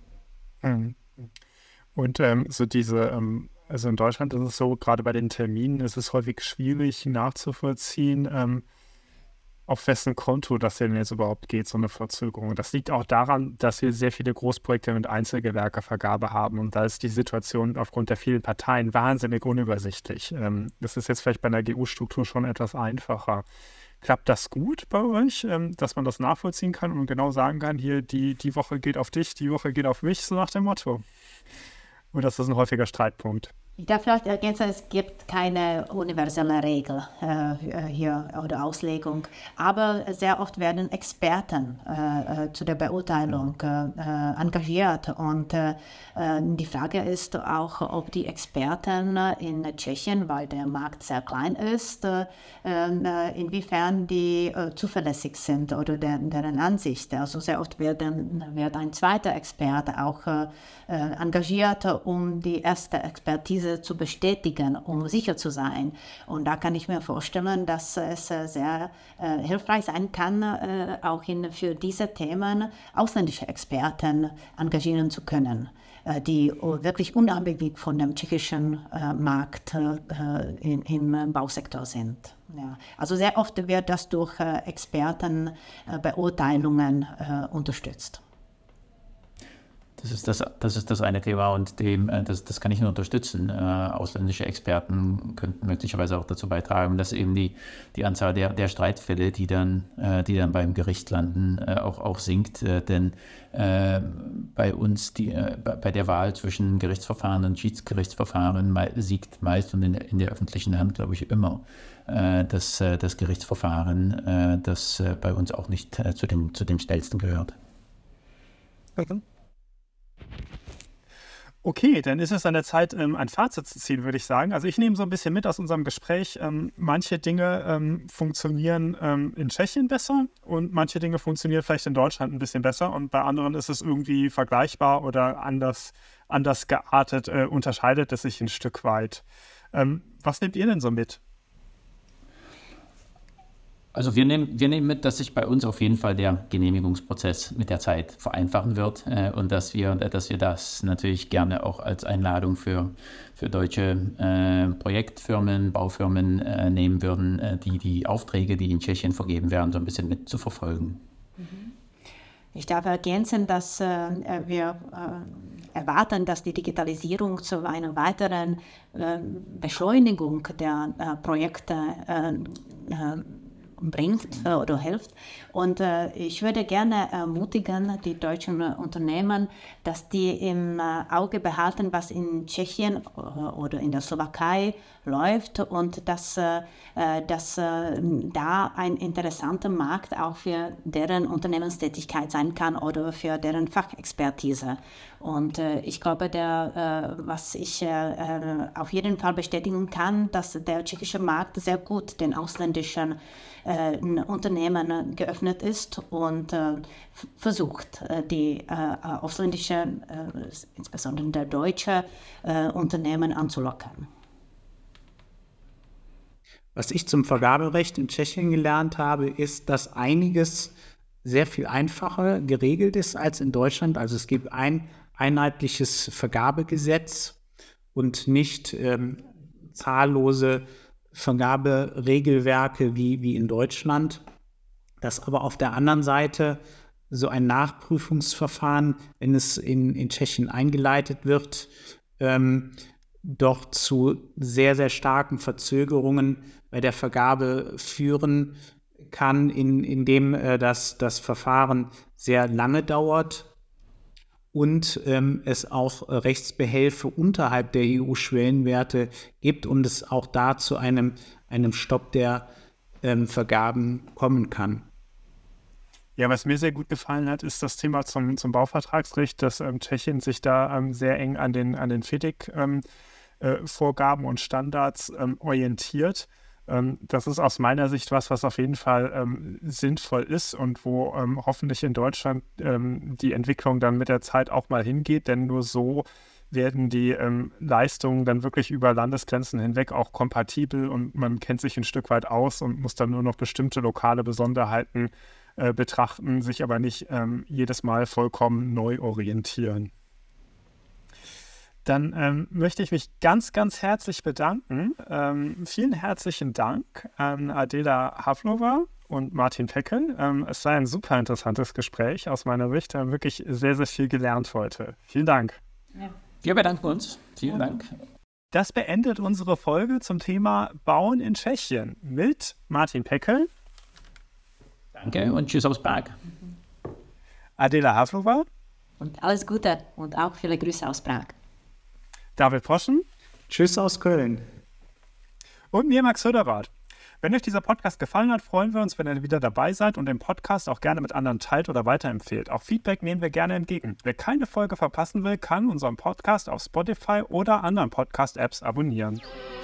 Und ähm, so diese, ähm, also in Deutschland ist es so, gerade bei den Terminen ist es häufig schwierig nachzuvollziehen, ähm, auf wessen Konto das denn jetzt überhaupt geht, so eine Verzögerung. Das liegt auch daran, dass wir sehr viele Großprojekte mit Einzelgewerkevergabe haben und da ist die Situation aufgrund der vielen Parteien wahnsinnig unübersichtlich. Ähm, das ist jetzt vielleicht bei einer G U-Struktur schon etwas einfacher. Klappt das gut bei euch, ähm, dass man das nachvollziehen kann und genau sagen kann, hier, die, die Woche geht auf dich, die Woche geht auf mich, so nach dem Motto? Oder ist das ein häufiger Streitpunkt? Ich darf vielleicht ergänzen, es gibt keine universelle Regel äh, hier oder Auslegung, aber sehr oft werden Experten äh, zu der Beurteilung äh, engagiert und äh, die Frage ist auch, ob die Experten in Tschechien, weil der Markt sehr klein ist, äh, inwiefern die äh, zuverlässig sind oder der, deren Ansicht. Also sehr oft werden, wird ein zweiter Experte auch äh, engagiert, um die erste Expertise zu bestätigen, um sicher zu sein. Und da kann ich mir vorstellen, dass es sehr äh, hilfreich sein kann, äh, auch in, für diese Themen ausländische Experten engagieren zu können, äh, die wirklich unabhängig von dem tschechischen äh, Markt äh, in, im Bausektor sind. Ja. Also sehr oft wird das durch äh, Expertenbeurteilungen äh, unterstützt. Das ist das, das ist das eine Thema und dem, das, das kann ich nur unterstützen. Äh, ausländische Experten könnten möglicherweise auch dazu beitragen, dass eben die, die Anzahl der, der Streitfälle, die dann, äh, die dann beim Gericht landen, äh, auch, auch sinkt. Äh, denn äh, bei uns, die, äh, bei der Wahl zwischen Gerichtsverfahren und Schiedsgerichtsverfahren me siegt meist und in, in der öffentlichen Hand, glaube ich, immer äh, das, äh, das Gerichtsverfahren, äh, das äh, bei uns auch nicht äh, zu, dem, zu den schnellsten gehört. Okay. Okay, dann ist es an der Zeit, ähm, ein Fazit zu ziehen, würde ich sagen. Also ich nehme so ein bisschen mit aus unserem Gespräch. Ähm, manche Dinge ähm, funktionieren ähm, in Tschechien besser und manche Dinge funktionieren vielleicht in Deutschland ein bisschen besser und bei anderen ist es irgendwie vergleichbar oder anders, anders geartet, äh, unterscheidet es sich ein Stück weit. Ähm, was nehmt ihr denn so mit? Also wir nehmen, wir nehmen mit, dass sich bei uns auf jeden Fall der Genehmigungsprozess mit der Zeit vereinfachen wird äh, und dass wir, dass wir das natürlich gerne auch als Einladung für, für deutsche äh, Projektfirmen, Baufirmen äh, nehmen würden, äh, die die Aufträge, die in Tschechien vergeben werden, so ein bisschen mit zu verfolgen. Mhm. Ich darf ergänzen, dass äh, wir äh, erwarten, dass die Digitalisierung zu einer weiteren äh, Beschleunigung der äh, Projekte äh, äh, bringt äh, oder hilft. Und äh, ich würde gerne ermutigen, die deutschen äh, Unternehmen, dass die im äh, Auge behalten, was in Tschechien äh, oder in der Slowakei läuft und dass, äh, dass äh, da ein interessanter Markt auch für deren Unternehmenstätigkeit sein kann oder für deren Fachexpertise. Und äh, ich glaube, der, äh, was ich äh, auf jeden Fall bestätigen kann, dass der tschechische Markt sehr gut den ausländischen äh, Unternehmen geöffnet ist und äh, versucht, äh, die äh, ausländischen, äh, insbesondere der deutsche äh, Unternehmen anzulocken. Was ich zum Vergaberecht in Tschechien gelernt habe, ist, dass einiges sehr viel einfacher geregelt ist als in Deutschland. Also es gibt ein einheitliches Vergabegesetz und nicht ähm, zahllose Vergaberegelwerke wie, wie in Deutschland. Dass aber auf der anderen Seite so ein Nachprüfungsverfahren, wenn es in, in Tschechien eingeleitet wird, ähm, doch zu sehr, sehr starken Verzögerungen bei der Vergabe führen kann, in, indem äh, das, das Verfahren sehr lange dauert und ähm, es auch äh, Rechtsbehelfe unterhalb der E U-Schwellenwerte gibt und es auch da zu einem, einem Stopp der ähm, Vergaben kommen kann. Ja, was mir sehr gut gefallen hat, ist das Thema zum, zum Bauvertragsrecht, dass ähm, Tschechien sich da ähm, sehr eng an den, an den F E D E C ähm, äh, Vorgaben und Standards ähm, orientiert. Ähm, das ist aus meiner Sicht was, was auf jeden Fall ähm, sinnvoll ist und wo ähm, hoffentlich in Deutschland ähm, die Entwicklung dann mit der Zeit auch mal hingeht, denn nur so werden die ähm, Leistungen dann wirklich über Landesgrenzen hinweg auch kompatibel und man kennt sich ein Stück weit aus und muss dann nur noch bestimmte lokale Besonderheiten äh, betrachten, sich aber nicht ähm, jedes Mal vollkommen neu orientieren. Dann ähm, möchte ich mich ganz, ganz herzlich bedanken. Ähm, vielen herzlichen Dank an Adela Havlova und Martin Peckel. Ähm, es war ein super interessantes Gespräch aus meiner Sicht. Wir haben wirklich sehr, sehr viel gelernt heute. Vielen Dank. Ja. Wir bedanken uns. Vielen Dank. Das beendet unsere Folge zum Thema Bauen in Tschechien mit Martin Peckel. Danke und tschüss aus Prag. Adela Havlova. Und alles Gute und auch viele Grüße aus Prag. David Poschen. Tschüss aus Köln. Und mir, Max Söderrath. Wenn euch dieser Podcast gefallen hat, freuen wir uns, wenn ihr wieder dabei seid und den Podcast auch gerne mit anderen teilt oder weiterempfehlt. Auch Feedback nehmen wir gerne entgegen. Wer keine Folge verpassen will, kann unseren Podcast auf Spotify oder anderen Podcast-Apps abonnieren.